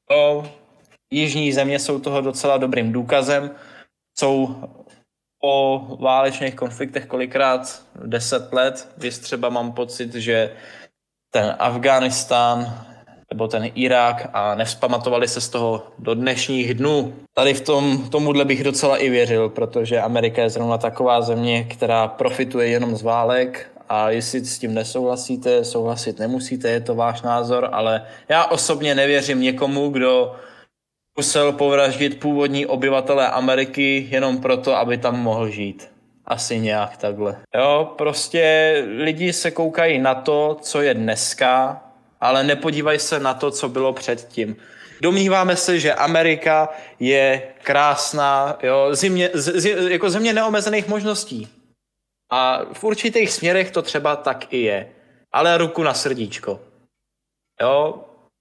Jižní země jsou toho docela dobrým důkazem. Jsou po válečných konfliktech kolikrát 10 let. Když třeba mám pocit, že ten Afghánistán nebo ten Irák a nevzpamatovali se z toho do dnešních dnů. Tady v tomuhle bych docela i věřil, protože Amerika je zrovna taková země, která profituje jenom z válek, a jestli s tím nesouhlasíte, souhlasit nemusíte, je to váš názor, ale já osobně nevěřím někomu, kdo musel povraždit původní obyvatele Ameriky jenom proto, aby tam mohl žít. Asi nějak takhle. Jo, prostě lidi se koukají na to, co je dneska, ale nepodívají se na to, co bylo předtím. Domníváme se, že Amerika je krásná, jo, jako země neomezených možností. A v určitých směrech to třeba tak i je. Ale ruku na srdíčko. Jo?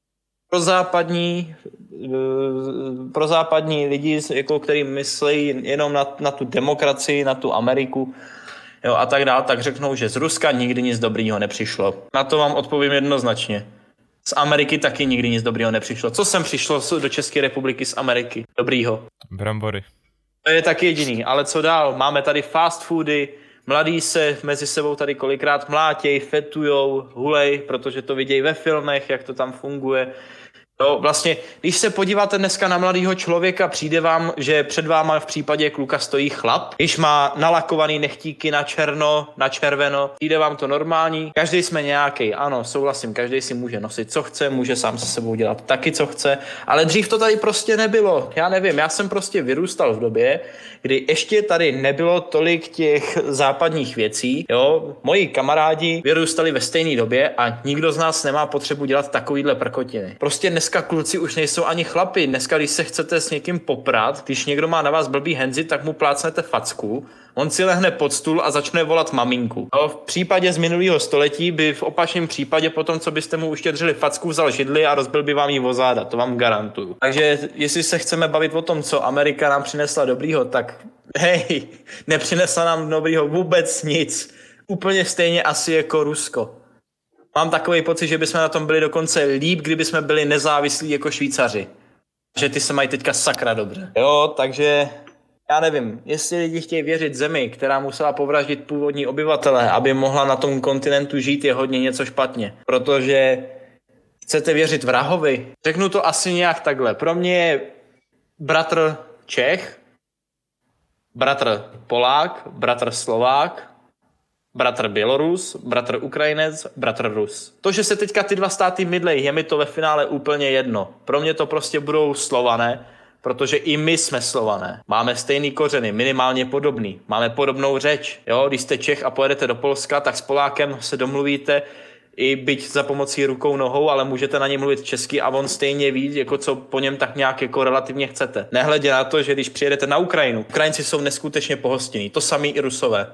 Pro západní lidi, jako který myslí jenom na tu demokracii, na tu Ameriku, jo, a tak dále, tak řeknou, že z Ruska nikdy nic dobrýho nepřišlo. Na to vám odpovím jednoznačně. Z Ameriky taky nikdy nic dobrýho nepřišlo. Co sem přišlo do České republiky z Ameriky? Dobrýho. Brambory. To je taky jediný, ale co dál? Máme tady fast foody, mladí se mezi sebou tady kolikrát mlátěj, fetujou, hulej, protože to vidějí ve filmech, jak to tam funguje. No, vlastně, když se podíváte dneska na mladýho člověka, přijde vám, že před váma v případě kluka stojí chlap, když má nalakovaný nechtíky na černo, na červeno, přijde vám to normální. Každý jsme nějaký, ano, souhlasím, každý si může nosit, co chce, může sám se sebou dělat taky, co chce, ale dřív to tady prostě nebylo. Já nevím, já jsem prostě vyrůstal v době, kdy ještě tady nebylo tolik těch západních věcí, jo. Moji kamarádi vyrůstali ve stejné době a nikdo z nás nemá potřebu dělat takovýhle prkotiny. Prostě dneska kluci už nejsou ani chlapi. Dneska, když se chcete s někým poprat, když někdo má na vás blbý henzi, tak mu plácnete facku, on si lehne pod stůl a začne volat maminku. No, v případě z minulého století by v opačném případě potom, co byste mu uštědřili facku, vzal židli a rozbil by vám ji o záda, to vám garantuju. Takže jestli se chceme bavit o tom, co Amerika nám přinesla dobrýho, tak hej, nepřinesla nám dobrýho vůbec nic. Úplně stejně asi jako Rusko. Mám takový pocit, že bychom na tom byli dokonce líp, kdyby jsme byli nezávislí jako Švýcaři. Že ty se mají teďka sakra dobře. Jo, takže já nevím, jestli lidi chtějí věřit zemi, která musela povraždit původní obyvatele, aby mohla na tom kontinentu žít, je hodně něco špatně. Protože chcete věřit vrahovi? Řeknu to asi nějak takhle. Pro mě je bratr Čech, bratr Polák, bratr Slovák, bratr Bělorus, bratr Ukrajinec, bratr Rus. To, že se teďka ty dva státy mydlejí, je mi to ve finále úplně jedno. Pro mě to prostě budou Slované, protože i my jsme Slované. Máme stejný kořeny, minimálně podobný. Máme podobnou řeč. Jo? Když jste Čech a pojedete do Polska, tak s Polákem se domluvíte i byť za pomocí rukou, nohou, ale můžete na něj mluvit česky a on stejně ví, jako co po něm tak nějak jako relativně chcete. Nehledě na to, že když přijedete na Ukrajinu, Ukrajinci jsou neskutečně pohostinní. To samý i Rusové.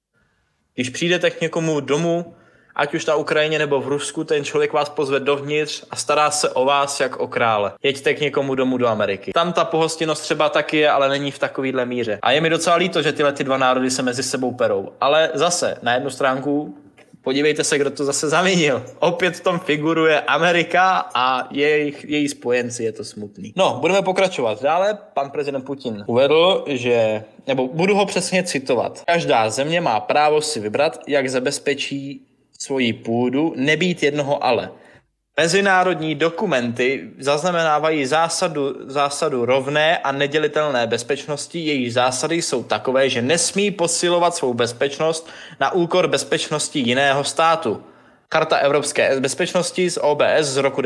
Když přijdete k někomu domů, ať už na Ukrajině nebo v Rusku, ten člověk vás pozve dovnitř a stará se o vás jak o krále. Jeďte k někomu domů do Ameriky. Tam ta pohostinnost třeba taky je, ale není v takovýhle míře. A je mi docela líto, že tyhle dva národy se mezi sebou perou. Ale zase, na jednu stránku, podívejte se, kdo to zase zavinil. Opět v tom figuruje Amerika a její spojenci, je to smutný. No, budeme pokračovat. Dále pan prezident Putin uvedl, že, nebo budu ho přesně citovat. Každá země má právo si vybrat, jak zabezpečí svoji půdu, nebýt jednoho ale. Mezinárodní dokumenty zaznamenávají zásadu rovné a nedělitelné bezpečnosti. Jejich zásady jsou takové, že nesmí posilovat svou bezpečnost na úkor bezpečnosti jiného státu. Charta evropské bezpečnosti z OBS z roku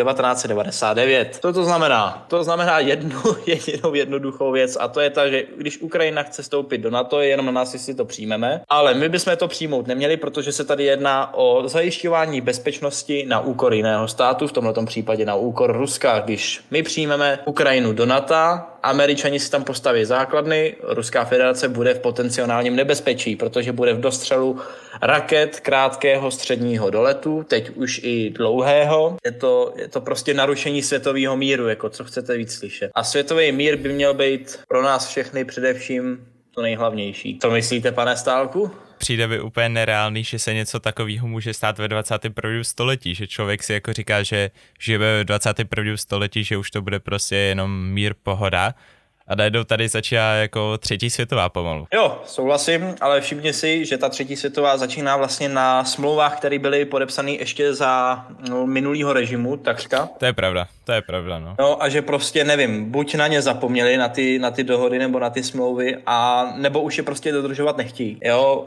1999. Co to znamená? To znamená jednu jedinou jednoduchou věc a to je ta, že když Ukrajina chce vstoupit do NATO, je jenom na nás, jestli to přijmeme, ale my bychom to přijmout neměli, protože se tady jedná o zajišťování bezpečnosti na úkor jiného státu, v tomto případě na úkor Ruska. Když my přijmeme Ukrajinu do NATO, Američani si tam postaví základny, Ruská federace bude v potenciálním nebezpečí, protože bude v dostřelu raket krátkého středního doletu, teď už i dlouhého. Je to prostě narušení světového míru, jako co chcete víc slyšet. A světový mír by měl být pro nás všechny především to nejhlavnější. Co myslíte, pane Stálku? Přijde by úplně nereálný, že se něco takového může stát ve 21. století, že člověk si jako říká, že žijeme ve 21. století, že už to bude prostě jenom mír, pohoda a najednou tady začíná jako třetí světová pomalu. Jo, souhlasím, ale všimni si, že ta třetí světová začíná vlastně na smlouvách, které byly podepsané ještě za minulýho režimu, takřka. To je pravda, no. No a že prostě nevím, buď na ně zapomněli, na ty dohody nebo na ty smlouvy, a nebo už je prostě dodržovat nechtějí. Jo,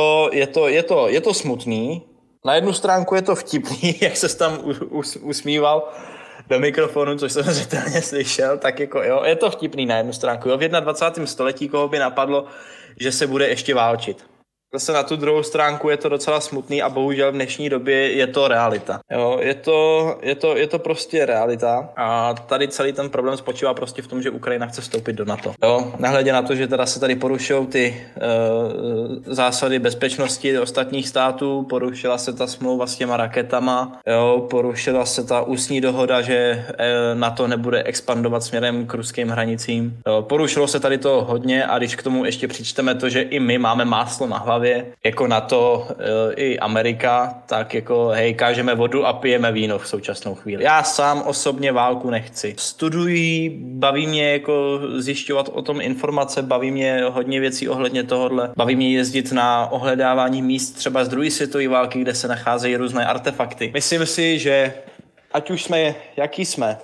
je to smutný. Na jednu stránku je to vtipný, jak ses tam usmíval do mikrofonu, což jsem zřetelně slyšel, tak jako jo, je to vtipný na jednu stránku. Jo, v 21. století koho by napadlo, že se bude ještě válčit. zase na tu druhou stránku je to docela smutný a bohužel v dnešní době je to realita. Jo, je to prostě realita a tady celý ten problém spočívá prostě v tom, že Ukrajina chce vstoupit do NATO. Jo, nehledě na to, že teda se tady porušují ty zásady bezpečnosti ostatních států, porušila se ta smlouva s těma raketama, jo, porušila se ta ústní dohoda, že NATO nebude expandovat směrem k ruským hranicím. Jo, porušilo se tady to hodně a když k tomu ještě přičteme to, že i my máme máslo na hlavě, jako NATO i Amerika, tak jako hej, kážeme vodu a pijeme víno v současnou chvíli. Já sám osobně válku nechci. Studuji, baví mě jako zjišťovat o tom informace, baví mě hodně věcí ohledně tohohle. Baví mě jezdit na ohledávání míst třeba z druhé světové války, kde se nacházejí různé artefakty. Myslím si, že ať už jsme, jaký jsme,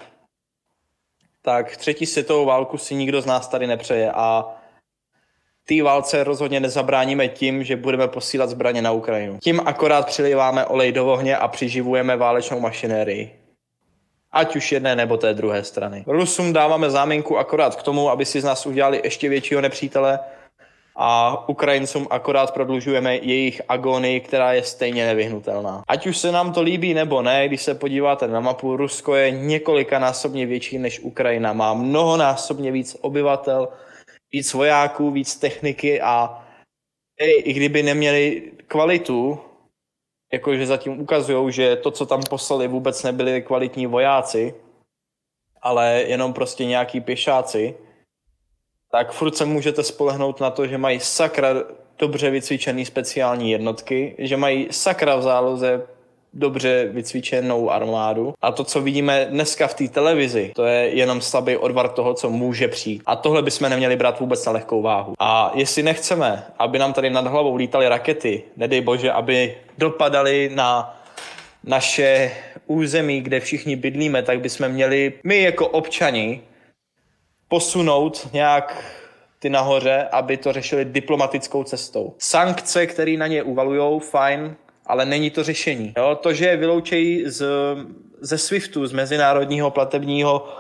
tak třetí světovou válku si nikdo z nás tady nepřeje a té válce rozhodně nezabráníme tím, že budeme posílat zbraně na Ukrajinu. Tím akorát přiléváme olej do ohně a přiživujeme válečnou mašinérii. Ať už jedné nebo té druhé strany. Rusům dáváme záminku akorát k tomu, aby si z nás udělali ještě většího nepřítele a Ukrajincům akorát prodlužujeme jejich agonii, která je stejně nevyhnutelná. Ať už se nám to líbí nebo ne, když se podíváte na mapu, Rusko je několikanásobně větší než Ukrajina. Má mnohonásobně víc obyvatel, víc vojáků, víc techniky a i kdyby neměli kvalitu, jakože zatím ukazujou, že to, co tam poslali, vůbec nebyli kvalitní vojáci, ale jenom prostě nějaký pěšáci, tak furt se můžete spolehnout na to, že mají sakra dobře vycvičený speciální jednotky, že mají sakra v záloze dobře vycvičenou armádu. A to, co vidíme dneska v té televizi, to je jenom slabý odvar toho, co může přijít. A tohle bychom neměli brát vůbec na lehkou váhu. A jestli nechceme, aby nám tady nad hlavou lítaly rakety, nedej bože, aby dopadaly na naše území, kde všichni bydlíme, tak bychom měli my jako občani posunout nějak ty nahoře, aby to řešili diplomatickou cestou. Sankce, které na ně uvalujou, fajn, ale není to řešení. Jo? To, že je vyloučejí ze SWIFTu, z mezinárodního platebního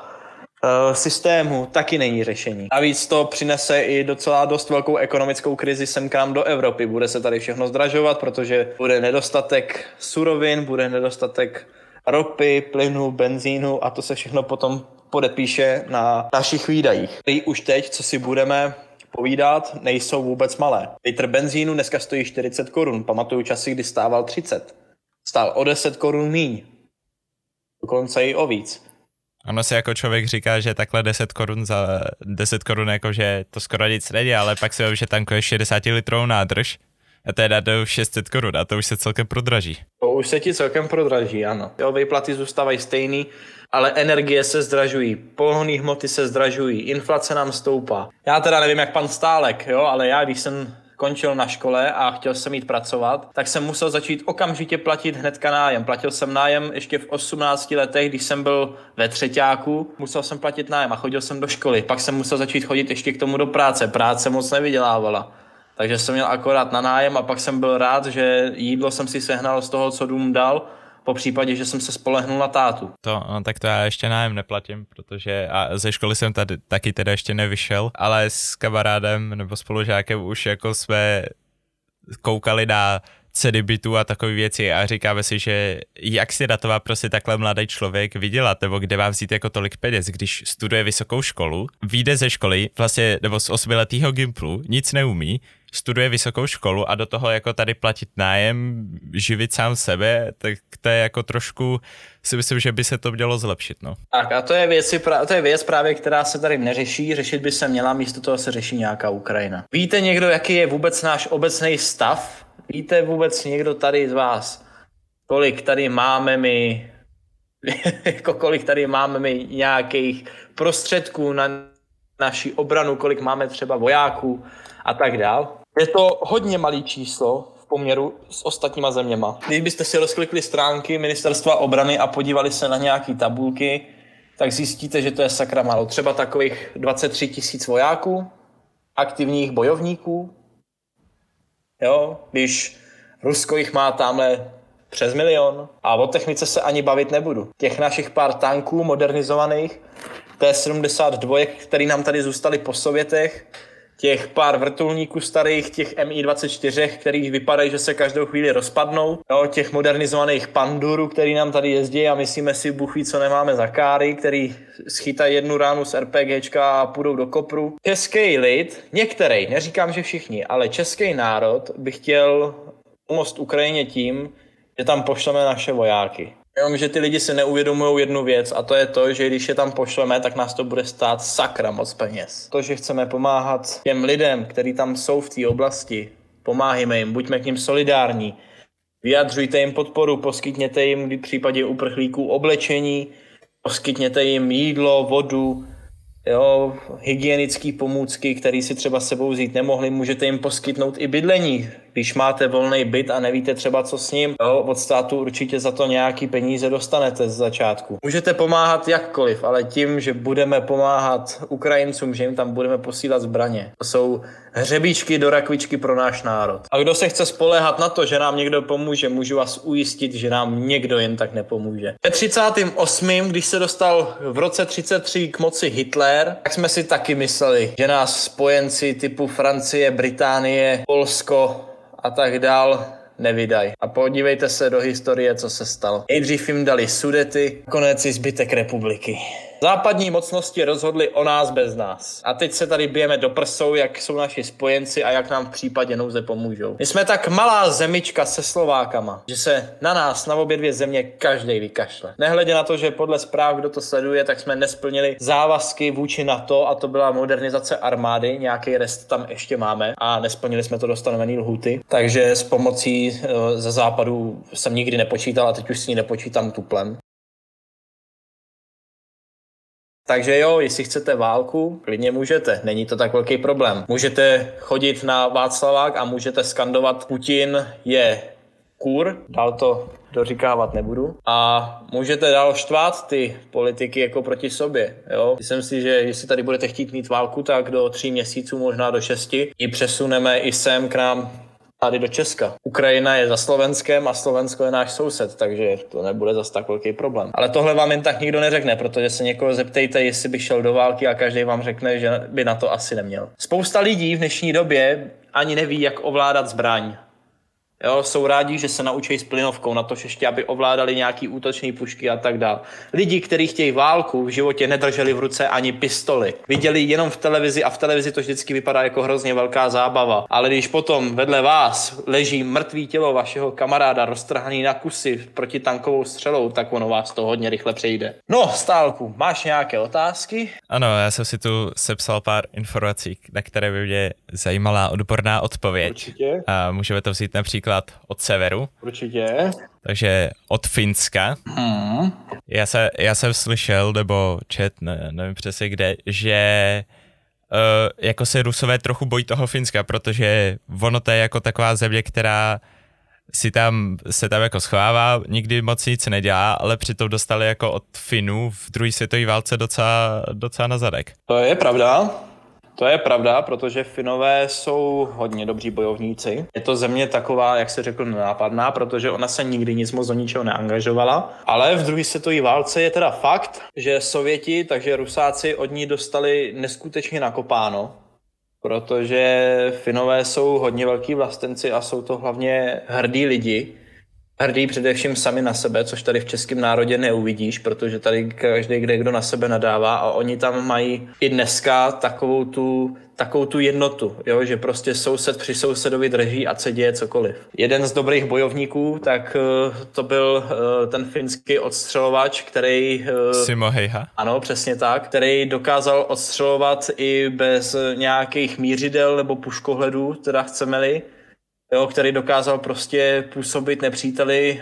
systému, taky není řešení. Navíc to přinese i docela dost velkou ekonomickou krizi sem k nám do Evropy. Bude se tady všechno zdražovat, protože bude nedostatek surovin, bude nedostatek ropy, plynu, benzínu a to se všechno potom podepíše na našich výdajích. Který už teď, co si budeme povídat, nejsou vůbec malé. Litr benzínu dneska stojí 40 korun. Pamatuju časy, kdy stával 30. Stál o 10 korun míň. Dokonce i o víc. Ono si jako člověk říká, že takhle 10 korun za 10 korun jakože to skoro nic není, ale pak si že tankuješ 60 litrovou nádrž a to je dát 600 korun a to už se celkem prodraží. To už se ti celkem prodraží, ano. Jo, výplaty zůstávají stejný, ale energie se zdražují, pohonné hmoty se zdražují, inflace nám stoupá. Já teda nevím, jak pan Stálek, jo, ale já, když jsem končil na škole a chtěl jsem jít pracovat, tak jsem musel začít okamžitě platit hnedka nájem. Platil jsem nájem ještě v 18 letech, když jsem byl ve třeťáku, musel jsem platit nájem a chodil jsem do školy. Pak jsem musel začít chodit ještě k tomu do práce. Práce moc nevydělávala. Takže jsem měl akorát na nájem a pak jsem byl rád, že jídlo jsem si sehnal z toho, co dům dal, po případě, že jsem se spolehnul na tátu. Tak to já ještě nájem neplatím, protože a ze školy jsem tady taky teda ještě nevyšel, ale s kamarádem nebo spolužákem už jako jsme koukali na ceny bytů a takové věci a říkáme si, že jak si datová prostě takhle mladý člověk vydělat, nebo kde má vzít jako tolik peněz, když studuje vysokou školu, vyjde ze školy vlastně, nebo z 8letého gimplu, nic neumí, studuje vysokou školu a do toho jako tady platit nájem, živit sám sebe, tak to je jako trošku, si myslím, že by se to mělo zlepšit, no. Tak a to je věc právě, která se tady neřeší, řešit by se měla, místo toho se řeší nějaká Ukrajina. Víte někdo, jaký je vůbec náš obecný stav? Víte vůbec někdo tady z vás, kolik tady máme my nějakých prostředků na naši obranu, kolik máme třeba vojáků a tak dál? Je to hodně malý číslo v poměru s ostatníma zeměma. Když byste si rozklikli stránky Ministerstva obrany a podívali se na nějaký tabulky, tak zjistíte, že to je sakra málo. Třeba takových 23 000 vojáků, aktivních bojovníků. Jo, když Rusko jich má tamhle přes 1 000 000 a o technice se ani bavit nebudu. Těch našich pár tanků modernizovaných, T-72, který nám tady zůstaly po Sovětech, těch pár vrtulníků starých, těch Mi-24, kterých vypadají, že se každou chvíli rozpadnou, jo, těch modernizovaných Pandurů, který nám tady jezdí a myslíme si, Bůh ví, co nemáme za káry, který schytají jednu ránu z RPGčka a půjdou do kopru. Český lid, některý, neříkám, že všichni, ale český národ by chtěl pomoct Ukrajině tím, že tam pošleme naše vojáky. Jenomže ty lidi si neuvědomují jednu věc a to je to, že když je tam pošleme, tak nás to bude stát sakra moc peněz. To, že chceme pomáhat těm lidem, kteří tam jsou v té oblasti, pomáhejme jim, buďme k nim solidární, vyjadřujte jim podporu, poskytněte jim v případě uprchlíků oblečení, poskytněte jim jídlo, vodu, jo, hygienické pomůcky, které si třeba sebou vzít nemohli, můžete jim poskytnout i bydlení. Když máte volný byt a nevíte třeba co s ním, jo, od státu určitě za to nějaký peníze dostanete z začátku. Můžete pomáhat jakkoliv, ale tím, že budeme pomáhat Ukrajincům, že jim tam budeme posílat zbraně. To jsou hřebíčky do rakvičky pro náš národ. A kdo se chce spoléhat na to, že nám někdo pomůže, můžu vás ujistit, že nám někdo jen tak nepomůže. Ve 38., když se dostal v roce 33 k moci Hitler, tak jsme si taky mysleli, že nás spojenci typu Francie, Británie, Polsko a tak dál nevydají. A podívejte se do historie, co se stalo. Nejdřív jim dali Sudety, konec i zbytek republiky. Západní mocnosti rozhodly o nás bez nás. A teď se tady bijeme do prsou, jak jsou naši spojenci a jak nám v případě nouze pomůžou. My jsme tak malá zemička se Slovákama, že se na nás, na obě dvě země, každej vykašle. Nehledě na to, že podle zpráv, kdo to sleduje, tak jsme nesplnili závazky vůči NATO a to byla modernizace armády, nějaký rest tam ještě máme a nesplnili jsme to do stanovený lhuty. Takže s pomocí ze západu jsem nikdy nepočítal a teď už s ní nepočítám tuplem. Takže jo, jestli chcete válku, klidně můžete, není to tak velký problém. Můžete chodit na Václavák a můžete skandovat Putin je kur, dál to doříkávat nebudu. A můžete dál štvát ty politiky jako proti sobě. Jo? Myslím si, že jestli tady budete chtít mít válku, tak do 3 měsíců, možná do 6, ji přesuneme i sem k nám tady do Česka. Ukrajina je za Slovenskem a Slovensko je náš soused, takže to nebude zas tak velký problém. Ale tohle vám jen tak nikdo neřekne, protože se někoho zeptejte, jestli by šel do války a každý vám řekne, že by na to asi neměl. Spousta lidí v dnešní době ani neví, jak ovládat zbraň. Jo, jsou rádi, že se naučí s plynovkou, na to ještě, aby ovládali nějaký útoční pušky a tak dále. Lidi, kteří chtějí válku, v životě nedrželi v ruce ani pistoli. Viděli jenom v televizi a v televizi to vždycky vypadá jako hrozně velká zábava. Ale když potom vedle vás leží mrtvý tělo vašeho kamaráda roztrhaný na kusy protitankovou střelou, tak ono vás to hodně rychle přejde. No, Stálku, máš nějaké otázky? Ano, já jsem si tu sepsal pár informací, na které by mě zajímala odborná odpověď. Určitě. A můžeme to vzít například od severu. Určitě. Takže od Finska. Já jsem slyšel, nebo nevím přesně kde, že jako se Rusové trochu bojí toho Finska, protože ono to je jako taková země, která se tam jako schovává, nikdy moc nic nedělá, ale přitom dostali jako od Finů v druhé světové válce docela na zadek. To je pravda. To je pravda, protože Finové jsou hodně dobří bojovníci. Je to země taková, jak se řekl, nenápadná, protože ona se nikdy nic moc do ničeho neangažovala. Ale v druhé světové válce je teda fakt, že Sověti, takže Rusáci od ní dostali neskutečně nakopáno, protože Finové jsou hodně velký vlastenci a jsou to hlavně hrdí lidi. Hrdí především sami na sebe, což tady v českém národě neuvidíš, protože tady každý kdo na sebe nadává a oni tam mají i dneska takovou tu jednotu, jo? Že prostě soused při sousedovi drží a se děje cokoliv. Jeden z dobrých bojovníků, tak to byl ten finský odstřelovač, který... Simo Heiha. Ano, přesně tak, který dokázal odstřelovat i bez nějakých mířidel nebo puškohledů, teda chceme-li. Jo, který dokázal prostě působit nepříteli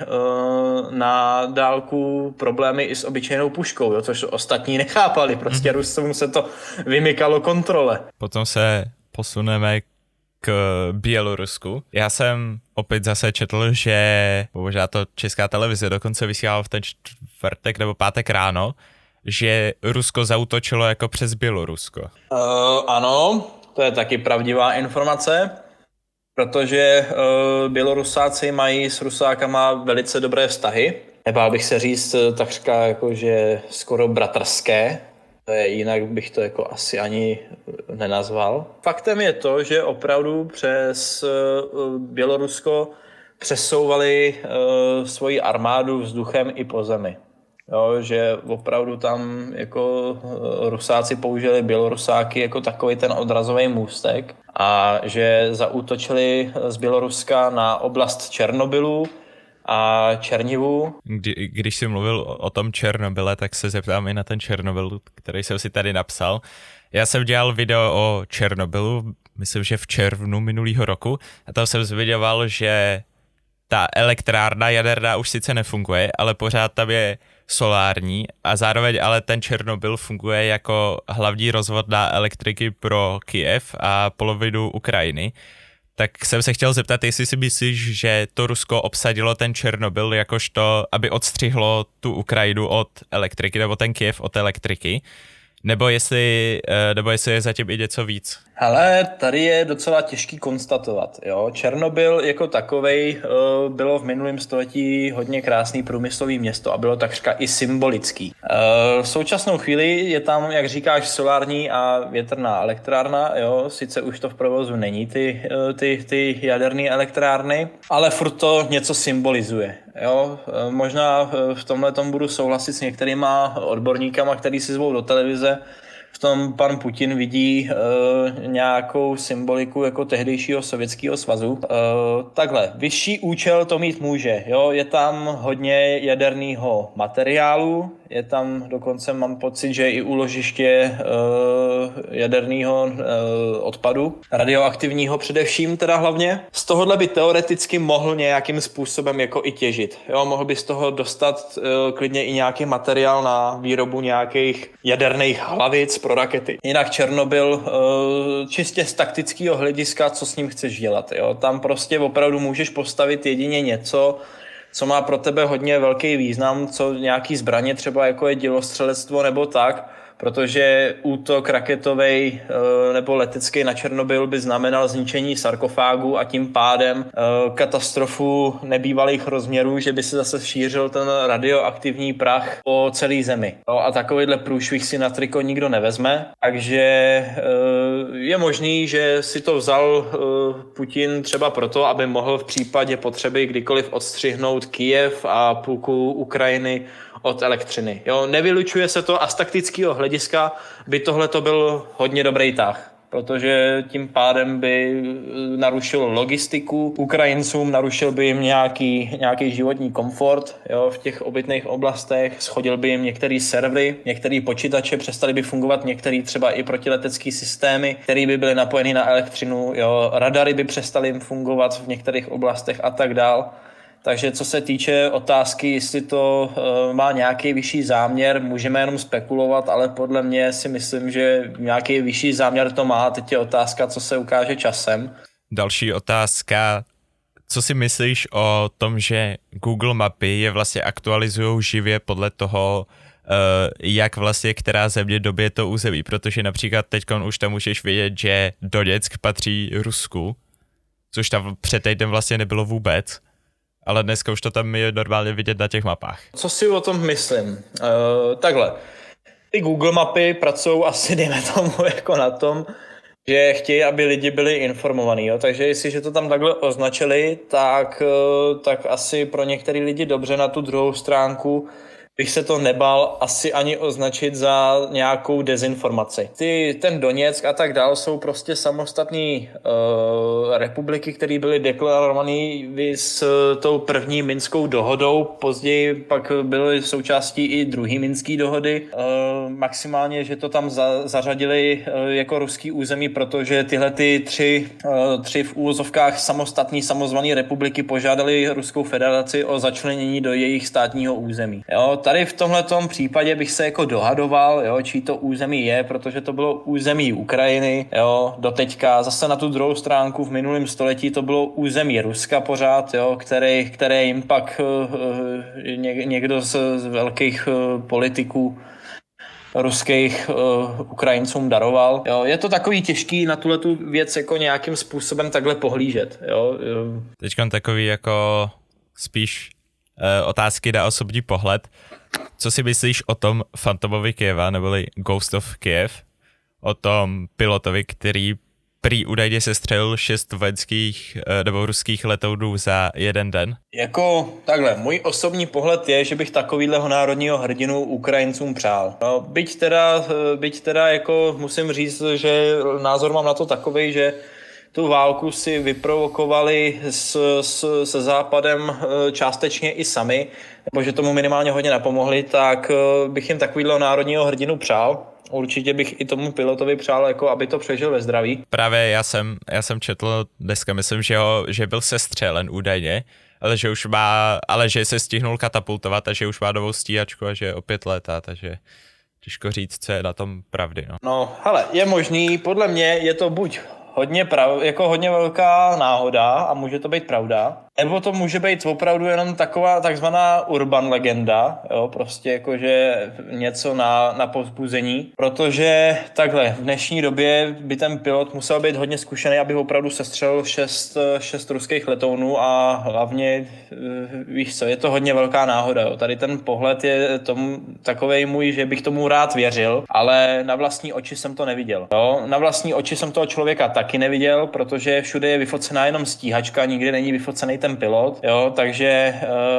na dálku problémy i s obyčejnou puškou, jo, což ostatní nechápali. Prostě Rusům se to vymykalo kontrole. Potom se posuneme k Bělorusku. Já jsem opět zase četl, že možná to Česká televize dokonce vysílala v ten čtvrtek nebo pátek ráno, že Rusko zaútočilo jako přes Bělorusko. Ano, to je taky pravdivá informace. Protože Bělorusáci mají s Rusákama velice dobré vztahy. Nebál bych se říct takřka jako, že skoro bratrské. Jinak bych to jako asi ani nenazval. Faktem je to, že opravdu přes Bělorusko přesouvali svoji armádu vzduchem i po zemi. Jo, že opravdu tam jako Rusáci použili Bělorusáky jako takový ten odrazový můstek a že zaútočili z Běloruska na oblast Černobylu a Černivu. Když jsi mluvil o tom Černobyle, tak se zeptám i na ten Černobyl, který jsem si tady napsal. Já jsem dělal video o Černobylu, myslím, že v červnu minulého roku, a tam jsem zviděval, že ta elektrárna jaderná už sice nefunguje, ale pořád tam je solární a zároveň ale ten Černobyl funguje jako hlavní rozvodná elektriky pro Kyjev a polovinu Ukrajiny. Tak jsem se chtěl zeptat, jestli si myslíš, že to Rusko obsadilo ten Černobyl jakožto, aby odstřihlo tu Ukrajinu od elektriky, nebo ten Kyjev od elektriky, nebo jestli je zatím i něco víc? Hele, tady je docela těžký konstatovat. Jo? Černobyl jako takovej bylo v minulém století hodně krásný průmyslový město a bylo takřka i symbolický. V současnou chvíli je tam, jak říkáš, solární a větrná elektrárna. Jo? Sice už to v provozu není, ty jaderné elektrárny, ale furt to něco symbolizuje. Jo? Možná v tomhletom budu souhlasit s některýma odborníkama, který si zvou do televize. V tom pan Putin vidí nějakou symboliku jako tehdejšího Sovětského svazu. Takhle, vyšší účel to mít může. Jo? Je tam hodně jaderného materiálu, je tam dokonce, mám pocit, že i úložiště jaderného odpadu, radioaktivního především teda hlavně. Z tohohle by teoreticky mohl nějakým způsobem jako i těžit. Jo? Mohl by z toho dostat klidně i nějaký materiál na výrobu nějakých jaderných hlavic pro rakety. Jinak Černobyl čistě z taktického hlediska, co s ním chceš dělat. Jo? Tam prostě opravdu můžeš postavit jedině něco, co má pro tebe hodně velký význam, co nějaký zbraně třeba jako je dělostřelectvo nebo tak, protože útok raketovej nebo letecký na Černobyl by znamenal zničení sarkofágu a tím pádem katastrofu nebývalých rozměrů, že by se zase šířil ten radioaktivní prach po celé zemi. No a takovýhle průšvih si na triko nikdo nevezme, takže je možný, že si to vzal Putin třeba proto, aby mohl v případě potřeby kdykoliv odstřihnout Kyjev a půlku Ukrajiny od elektřiny. Jo, nevylučuje se to a z taktického hlediska by tohle to byl hodně dobrý tah, protože tím pádem by narušil logistiku Ukrajincům, narušil by jim nějaký životní komfort, jo, v těch obytných oblastech, shodil by jim některé servery, některé počítače, přestaly by fungovat některé třeba i protiletecké systémy, které by byly napojeny na elektřinu, jo, radary by přestaly jim fungovat v některých oblastech a tak dál. Takže co se týče otázky, jestli to má nějaký vyšší záměr, můžeme jenom spekulovat, ale podle mě si myslím, že nějaký vyšší záměr to má. Teď je otázka, co se ukáže časem. Další otázka. Co si myslíš o tom, že Google mapy je vlastně aktualizujou živě podle toho, jak vlastně která země dobije to území? Protože například teď už tam můžeš vědět, že Doněck patří Rusku, což tam před týdnem vlastně nebylo vůbec. Ale dneska už to tam je normálně vidět na těch mapách. Co si o tom myslím? Takhle. Ty Google mapy pracují asi, dejme tomu, jako na tom, že chtějí, aby lidi byli informovaní. Jo? Takže jestliže to tam takhle označili, tak asi pro některé lidi dobře. Na tu druhou stránku bych se to nebal asi ani označit za nějakou dezinformaci. Ten Doněck a tak dál jsou prostě samostatné republiky, které byly deklarované s tou první minskou dohodou. Později pak byly součástí i druhé minské dohody. Maximálně, že to tam zařadili jako ruský území, protože tyhle ty tři v úvozovkách samostatné samozvané republiky požádali Ruskou federaci o začlenění do jejich státního území. Jo, tady v tomhletom případě bych se jako dohadoval, jo, čí to území je, protože to bylo území Ukrajiny, jo, doteďka. Zase na tu druhou stránku v minulém století to bylo území Ruska pořád, jo, které jim pak někdo z velkých politiků ruských Ukrajincům daroval. Jo, je to takový těžký na tuhletu věc jako nějakým způsobem takhle pohlížet. Jo. Teďkon takový jako spíš otázky na osobní pohled. Co si myslíš o tom Fantomovi Kyjeva, neboli Ghost of Kyiv? o tom pilotovi, který prý údajně sestřelil 6 vojenských nebo ruských letounů za jeden den? Jako takhle, můj osobní pohled je, že bych takovýhleho národního hrdinu Ukrajincům přál. No, byť teda jako musím říct, že názor mám na to takovej, že tu válku si vyprovokovali se Západem částečně i sami, nebo že tomu minimálně hodně napomohli, tak bych jim takovýhle národního hrdinu přál. Určitě bych i tomu pilotovi přál, jako aby to přežil ve zdraví. Právě já jsem četl dneska, myslím, že byl sestřelen údajně, ale že se stihnul katapultovat a že už má novou stíhačku a že opět létá, takže těžko říct, co je na tom pravdy. No, hele, je možný, podle mě je to buď hodně velká náhoda a může to být pravda, nebo to může být opravdu jenom taková takzvaná urban legenda, jo, prostě jakože něco na povzbuzení, protože takhle, v dnešní době by ten pilot musel být hodně zkušený, aby opravdu sestřelil 6 ruských letounů a hlavně, víš co, je to hodně velká náhoda, jo. Tady ten pohled je tomu takovej můj, že bych tomu rád věřil, ale na vlastní oči jsem to neviděl, jo. Na vlastní oči jsem toho člověka taky neviděl, protože všude je vyfocená jenom stíhačka, nikdy není vyfocený ten pilot, jo, takže,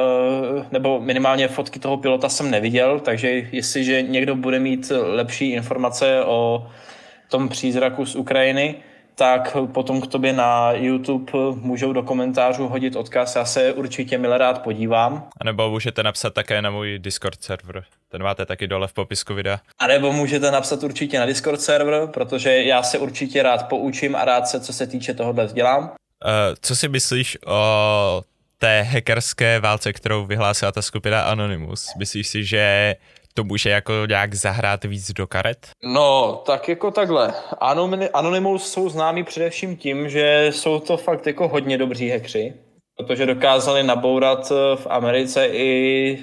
nebo minimálně fotky toho pilota jsem neviděl, takže jestliže někdo bude mít lepší informace o tom přízraku z Ukrajiny, tak potom k tobě na YouTube můžou do komentářů hodit odkaz, já se určitě milé rád podívám. A nebo můžete napsat také na můj Discord server, ten máte taky dole v popisku videa. A nebo můžete napsat určitě na Discord server, protože já se určitě rád poučím a rád se, co se týče tohohle vzdělám. Co si myslíš o té hackerské válce, kterou vyhlásila ta skupina Anonymous? Myslíš si, že to může jako nějak zahrát víc do karet? No, tak jako takhle. Anonymous jsou známí především tím, že jsou to fakt jako hodně dobří hackři, protože dokázali nabourat v Americe i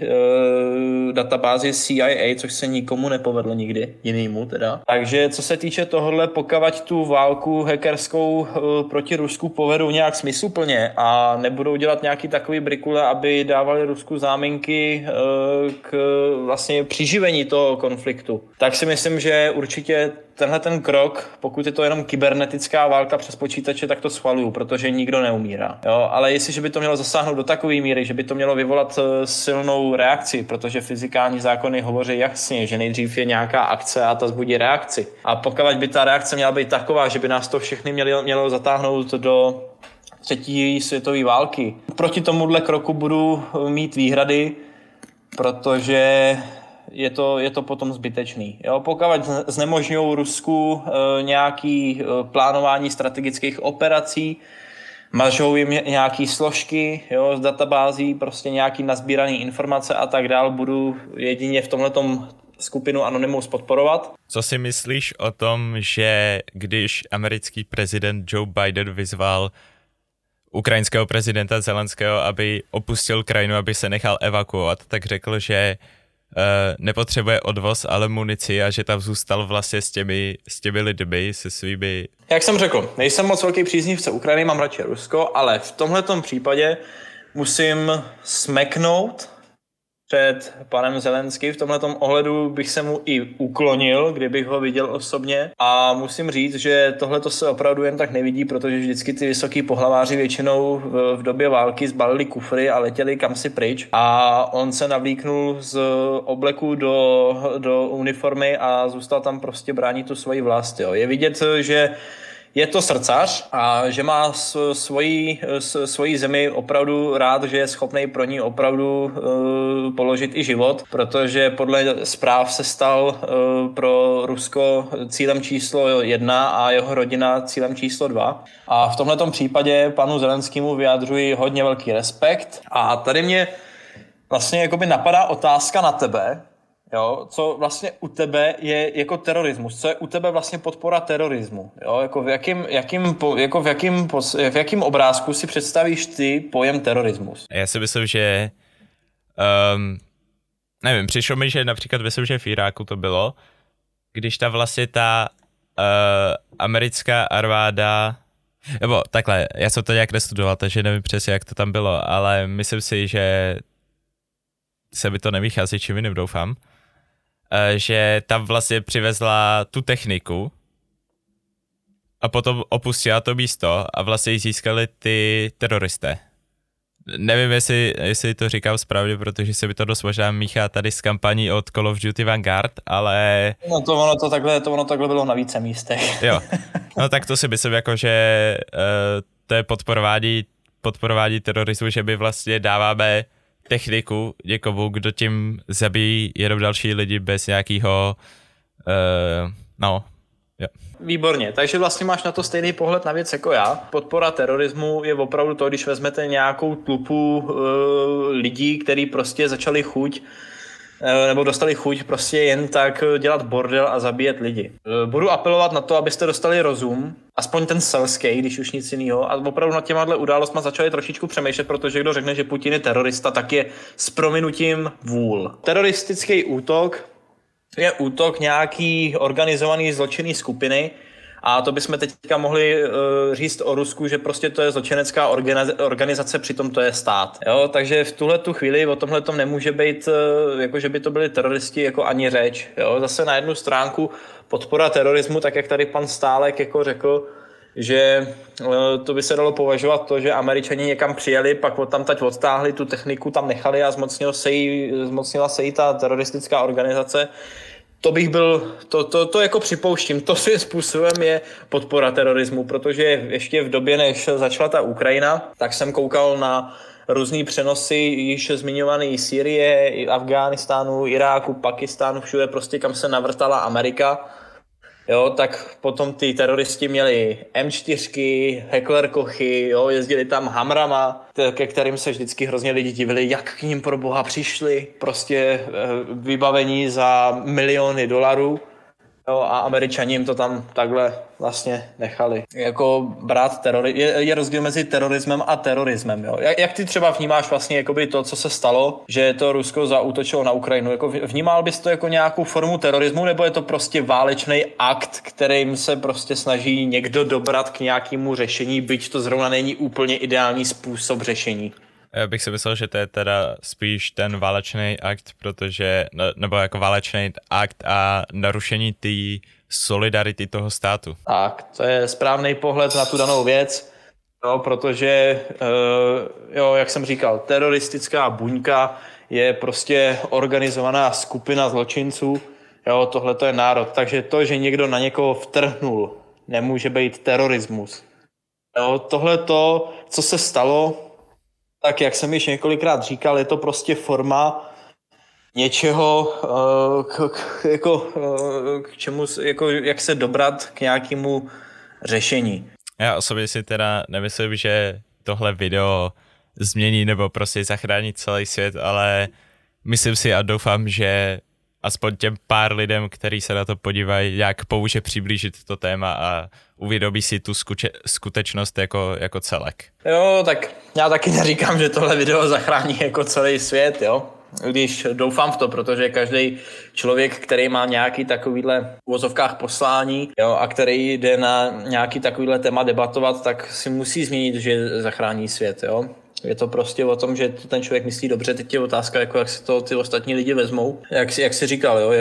databázi CIA, což se nikomu nepovedlo nikdy, jinýmu teda. Takže co se týče tohohle, pokud tu válku hackerskou proti Rusku povedou nějak smysluplně a nebudou dělat nějaký takový brikule, aby dávali Rusku záminky k vlastně přiživení toho konfliktu, tak si myslím, že určitě tenhle ten krok, pokud je to jenom kybernetická válka přes počítače, tak to schvaluju, protože nikdo neumírá. Jo, ale jestliže by to mělo zasáhnout do takové míry, že by to mělo vyvolat silnou reakci, protože fyzikální zákony hovoří jasně, že nejdřív je nějaká akce a ta vzbudí reakci. A pokud by ta reakce měla být taková, že by nás to všechny mělo zatáhnout do třetí světové války. Proti tomuhle kroku budu mít výhrady, protože je to potom zbytečný. Jo, pokud znemožňují Rusku nějaký plánování strategických operací, mažou jim nějaký složky, jo, z databází, prostě nějaký nazbíraný informace a tak dál, budu jedině v tomhletom skupinu Anonymous podporovat. Co si myslíš o tom, že když americký prezident Joe Biden vyzval ukrajinského prezidenta Zelenského, aby opustil krajinu, aby se nechal evakuovat, tak řekl, že nepotřebuje odvoz, ale munici a že tam zůstal vlastně s těmi lidmi, se svými... Jak jsem řekl, nejsem moc velký příznivce Ukrajiny, mám radši Rusko, ale v tomhletom případě musím smeknout před panem Zelenským. V tomhletom ohledu bych se mu i uklonil, kdybych ho viděl osobně. A musím říct, že tohleto se opravdu jen tak nevidí, protože vždycky ty vysoký pohlaváři většinou v době války zbalili kufry a letěli kamsi pryč. A on se navlíknul z obleku do uniformy a zůstal tam prostě bránit tu svoji vlast. Jo. Je vidět, že je to srdcař a že má svoji zemi opravdu rád, že je schopný pro ní opravdu položit i život, protože podle zpráv se stal pro Rusko cílem číslo 1 a jeho rodina cílem číslo 2. A v tomhletom případě panu Zelenskému vyjadřuji hodně velký respekt. A tady mě vlastně jakoby napadá otázka na tebe, jo, co vlastně u tebe je jako terorismus, co je u tebe vlastně podpora terorismu, jo, jako v jakém obrázku si představíš ty pojem terorismus? Já si myslím, že nevím, přišlo mi, že například myslím, že v Iráku to bylo, když ta vlastně ta americká armáda, nebo takhle, já jsem to nějak nestudoval, takže nevím přesně, jak to tam bylo, ale myslím si, že se mi to nevychází čím jiným, doufám, že tam vlastně přivezla tu techniku a potom opustila to místo a vlastně ji získali ty teroristé. Nevím, jestli to říkám správně, protože se mi to dost možná míchá tady s kampaní od Call of Duty Vanguard, ale... No ono takhle bylo na více místech. Jo, no tak to si myslím jako, že to je podporování terorismu, že my vlastně dáváme techniku někomu, kdo tím zabíjí jenom další lidi bez nějakého, jo. Výborně, takže vlastně máš na to stejný pohled na věc jako já. Podpora terorismu je opravdu to, když vezmete nějakou tlupu lidí, kteří prostě začali chuť nebo dostali chuť prostě jen tak dělat bordel a zabíjet lidi. Budu apelovat na to, abyste dostali rozum, aspoň ten selský, když už nic jiného, a opravdu nad těmahle událostma začali trošičku přemýšlet, protože kdo řekne, že Putin je terorista, tak je s prominutím vůl. Teroristický útok je útok nějaký organizovaný zločinný skupiny, a to bychom teďka mohli říct o Rusku, že prostě to je zločinecká organizace, přitom to je stát. Jo? Takže v tuhletu chvíli o tomhletom nemůže být, jako že by to byli teroristi, jako ani řeč. Jo? Zase na jednu stránku podpora terorismu, tak jak tady pan Stálek jako řekl, že to by se dalo považovat to, že Američani někam přijeli, pak odtamtať odtáhli, tu techniku tam nechali a zmocnila se jí ta teroristická organizace. To bych byl, to jako připouštím, to svým způsobem je podpora terorismu, protože ještě v době, než začala ta Ukrajina, tak jsem koukal na různý přenosy již zmiňovaný Sýrie, Afghánistánu, Iráku, Pakistánu, všude prostě kam se navrtala Amerika. Jo, tak potom ty teroristi měli M4, Heckler Kochy, jo, jezdili tam Hamrama, ke kterým se vždycky hrozně lidi divili, jak k ním pro boha přišli, prostě vybavení za miliony dolarů. Jo, a Američani jim to tam takhle vlastně nechali. Jako brát je rozdíl mezi terorismem a terorismem. Jo. Jak ty třeba vnímáš vlastně jakoby to, co se stalo, že to Rusko zaútočilo na Ukrajinu? Jako vnímal bys to jako nějakou formu terorismu, nebo je to prostě válečný akt, kterým se prostě snaží někdo dobrat k nějakému řešení, byť to zrovna není úplně ideální způsob řešení? Já bych si myslel, že to je teda spíš ten válečný akt, nebo jako válečný akt a narušení té solidarity toho státu. Tak, to je správný pohled na tu danou věc, jo, protože, jak jsem říkal, teroristická buňka je prostě organizovaná skupina zločinců, jo, tohle to je národ, takže to, že někdo na někoho vtrhnul, nemůže být terorismus. Jo, tohle to, co se stalo, tak jak jsem již několikrát říkal, je to prostě forma něčeho, k čemu, jako, jak se dobrat k nějakému řešení. Já osobně si teda nemyslím, že tohle video změní nebo prostě zachrání celý svět, ale myslím si a doufám, že aspoň těm pár lidem, kteří se na to podívají, jak pomůže přiblížit to téma a uvědomí si tu skutečnost jako celek. Jo, tak já taky neříkám, že tohle video zachrání jako celý svět, jo. Když doufám v to, protože každý člověk, který má nějaký takovýhle v uvozovkách poslání, jo, a který jde na nějaký takovýhle téma debatovat, tak si musí změnit, že zachrání svět, jo. Je to prostě o tom, že ten člověk myslí dobře, teď je otázka, jako jak se to ty ostatní lidi vezmou. Jak jsi říkal, jo,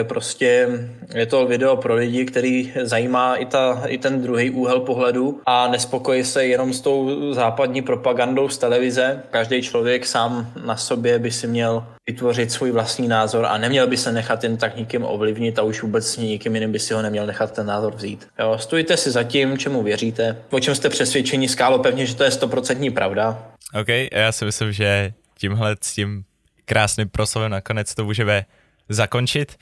je to video pro lidi, který zajímá i ten druhý úhel pohledu a nespokojí se jenom s tou západní propagandou z televize. Každý člověk sám na sobě by si měl vytvořit svůj vlastní názor a neměl by se nechat jen tak nikým ovlivnit a už vůbec nikým jiným by si ho neměl nechat ten názor vzít. Jo, stojte si za tím, čemu věříte, o čem jste přesvědčeni, Skálo, pevně, že to je 100% pravda. OK, já si myslím, že tímhle s tím krásným proslovem nakonec to můžeme zakončit.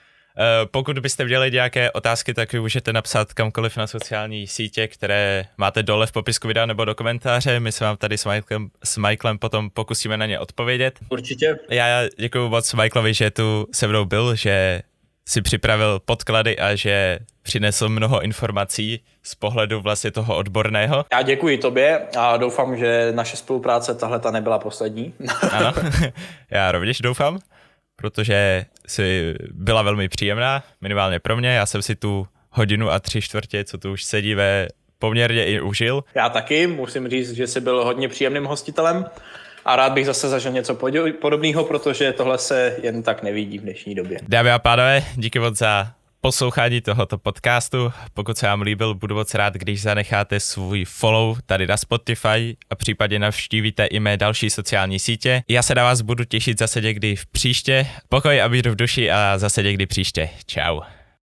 Pokud byste měli nějaké otázky, tak můžete napsat kamkoliv na sociální sítě, které máte dole v popisku videa nebo do komentáře. My se vám tady s Michaelem potom pokusíme na ně odpovědět. Určitě. Já děkuji moc Michaelovi, že tu se mnou byl, že si připravil podklady a že přinesl mnoho informací z pohledu vlastně toho odborného. Já děkuji tobě a doufám, že naše spolupráce tahleta nebyla poslední. Ano, já rovněž doufám, protože si byla velmi příjemná, minimálně pro mě. Já jsem si tu hodinu a 3/4, co tu už sedíme, poměrně i užil. Já taky, musím říct, že jsi byl hodně příjemným hostitelem a rád bych zase zažil něco podobného, protože tohle se jen tak nevidí v dnešní době. Dámy a pánové, díky moc za poslouchání tohoto podcastu. Pokud se vám líbil, budu moc rád, když zanecháte svůj follow tady na Spotify a případně navštívíte i mé další sociální sítě. Já se na vás budu těšit zase někdy v příště. Pokoj a mír v duši a zase někdy příště. Čau.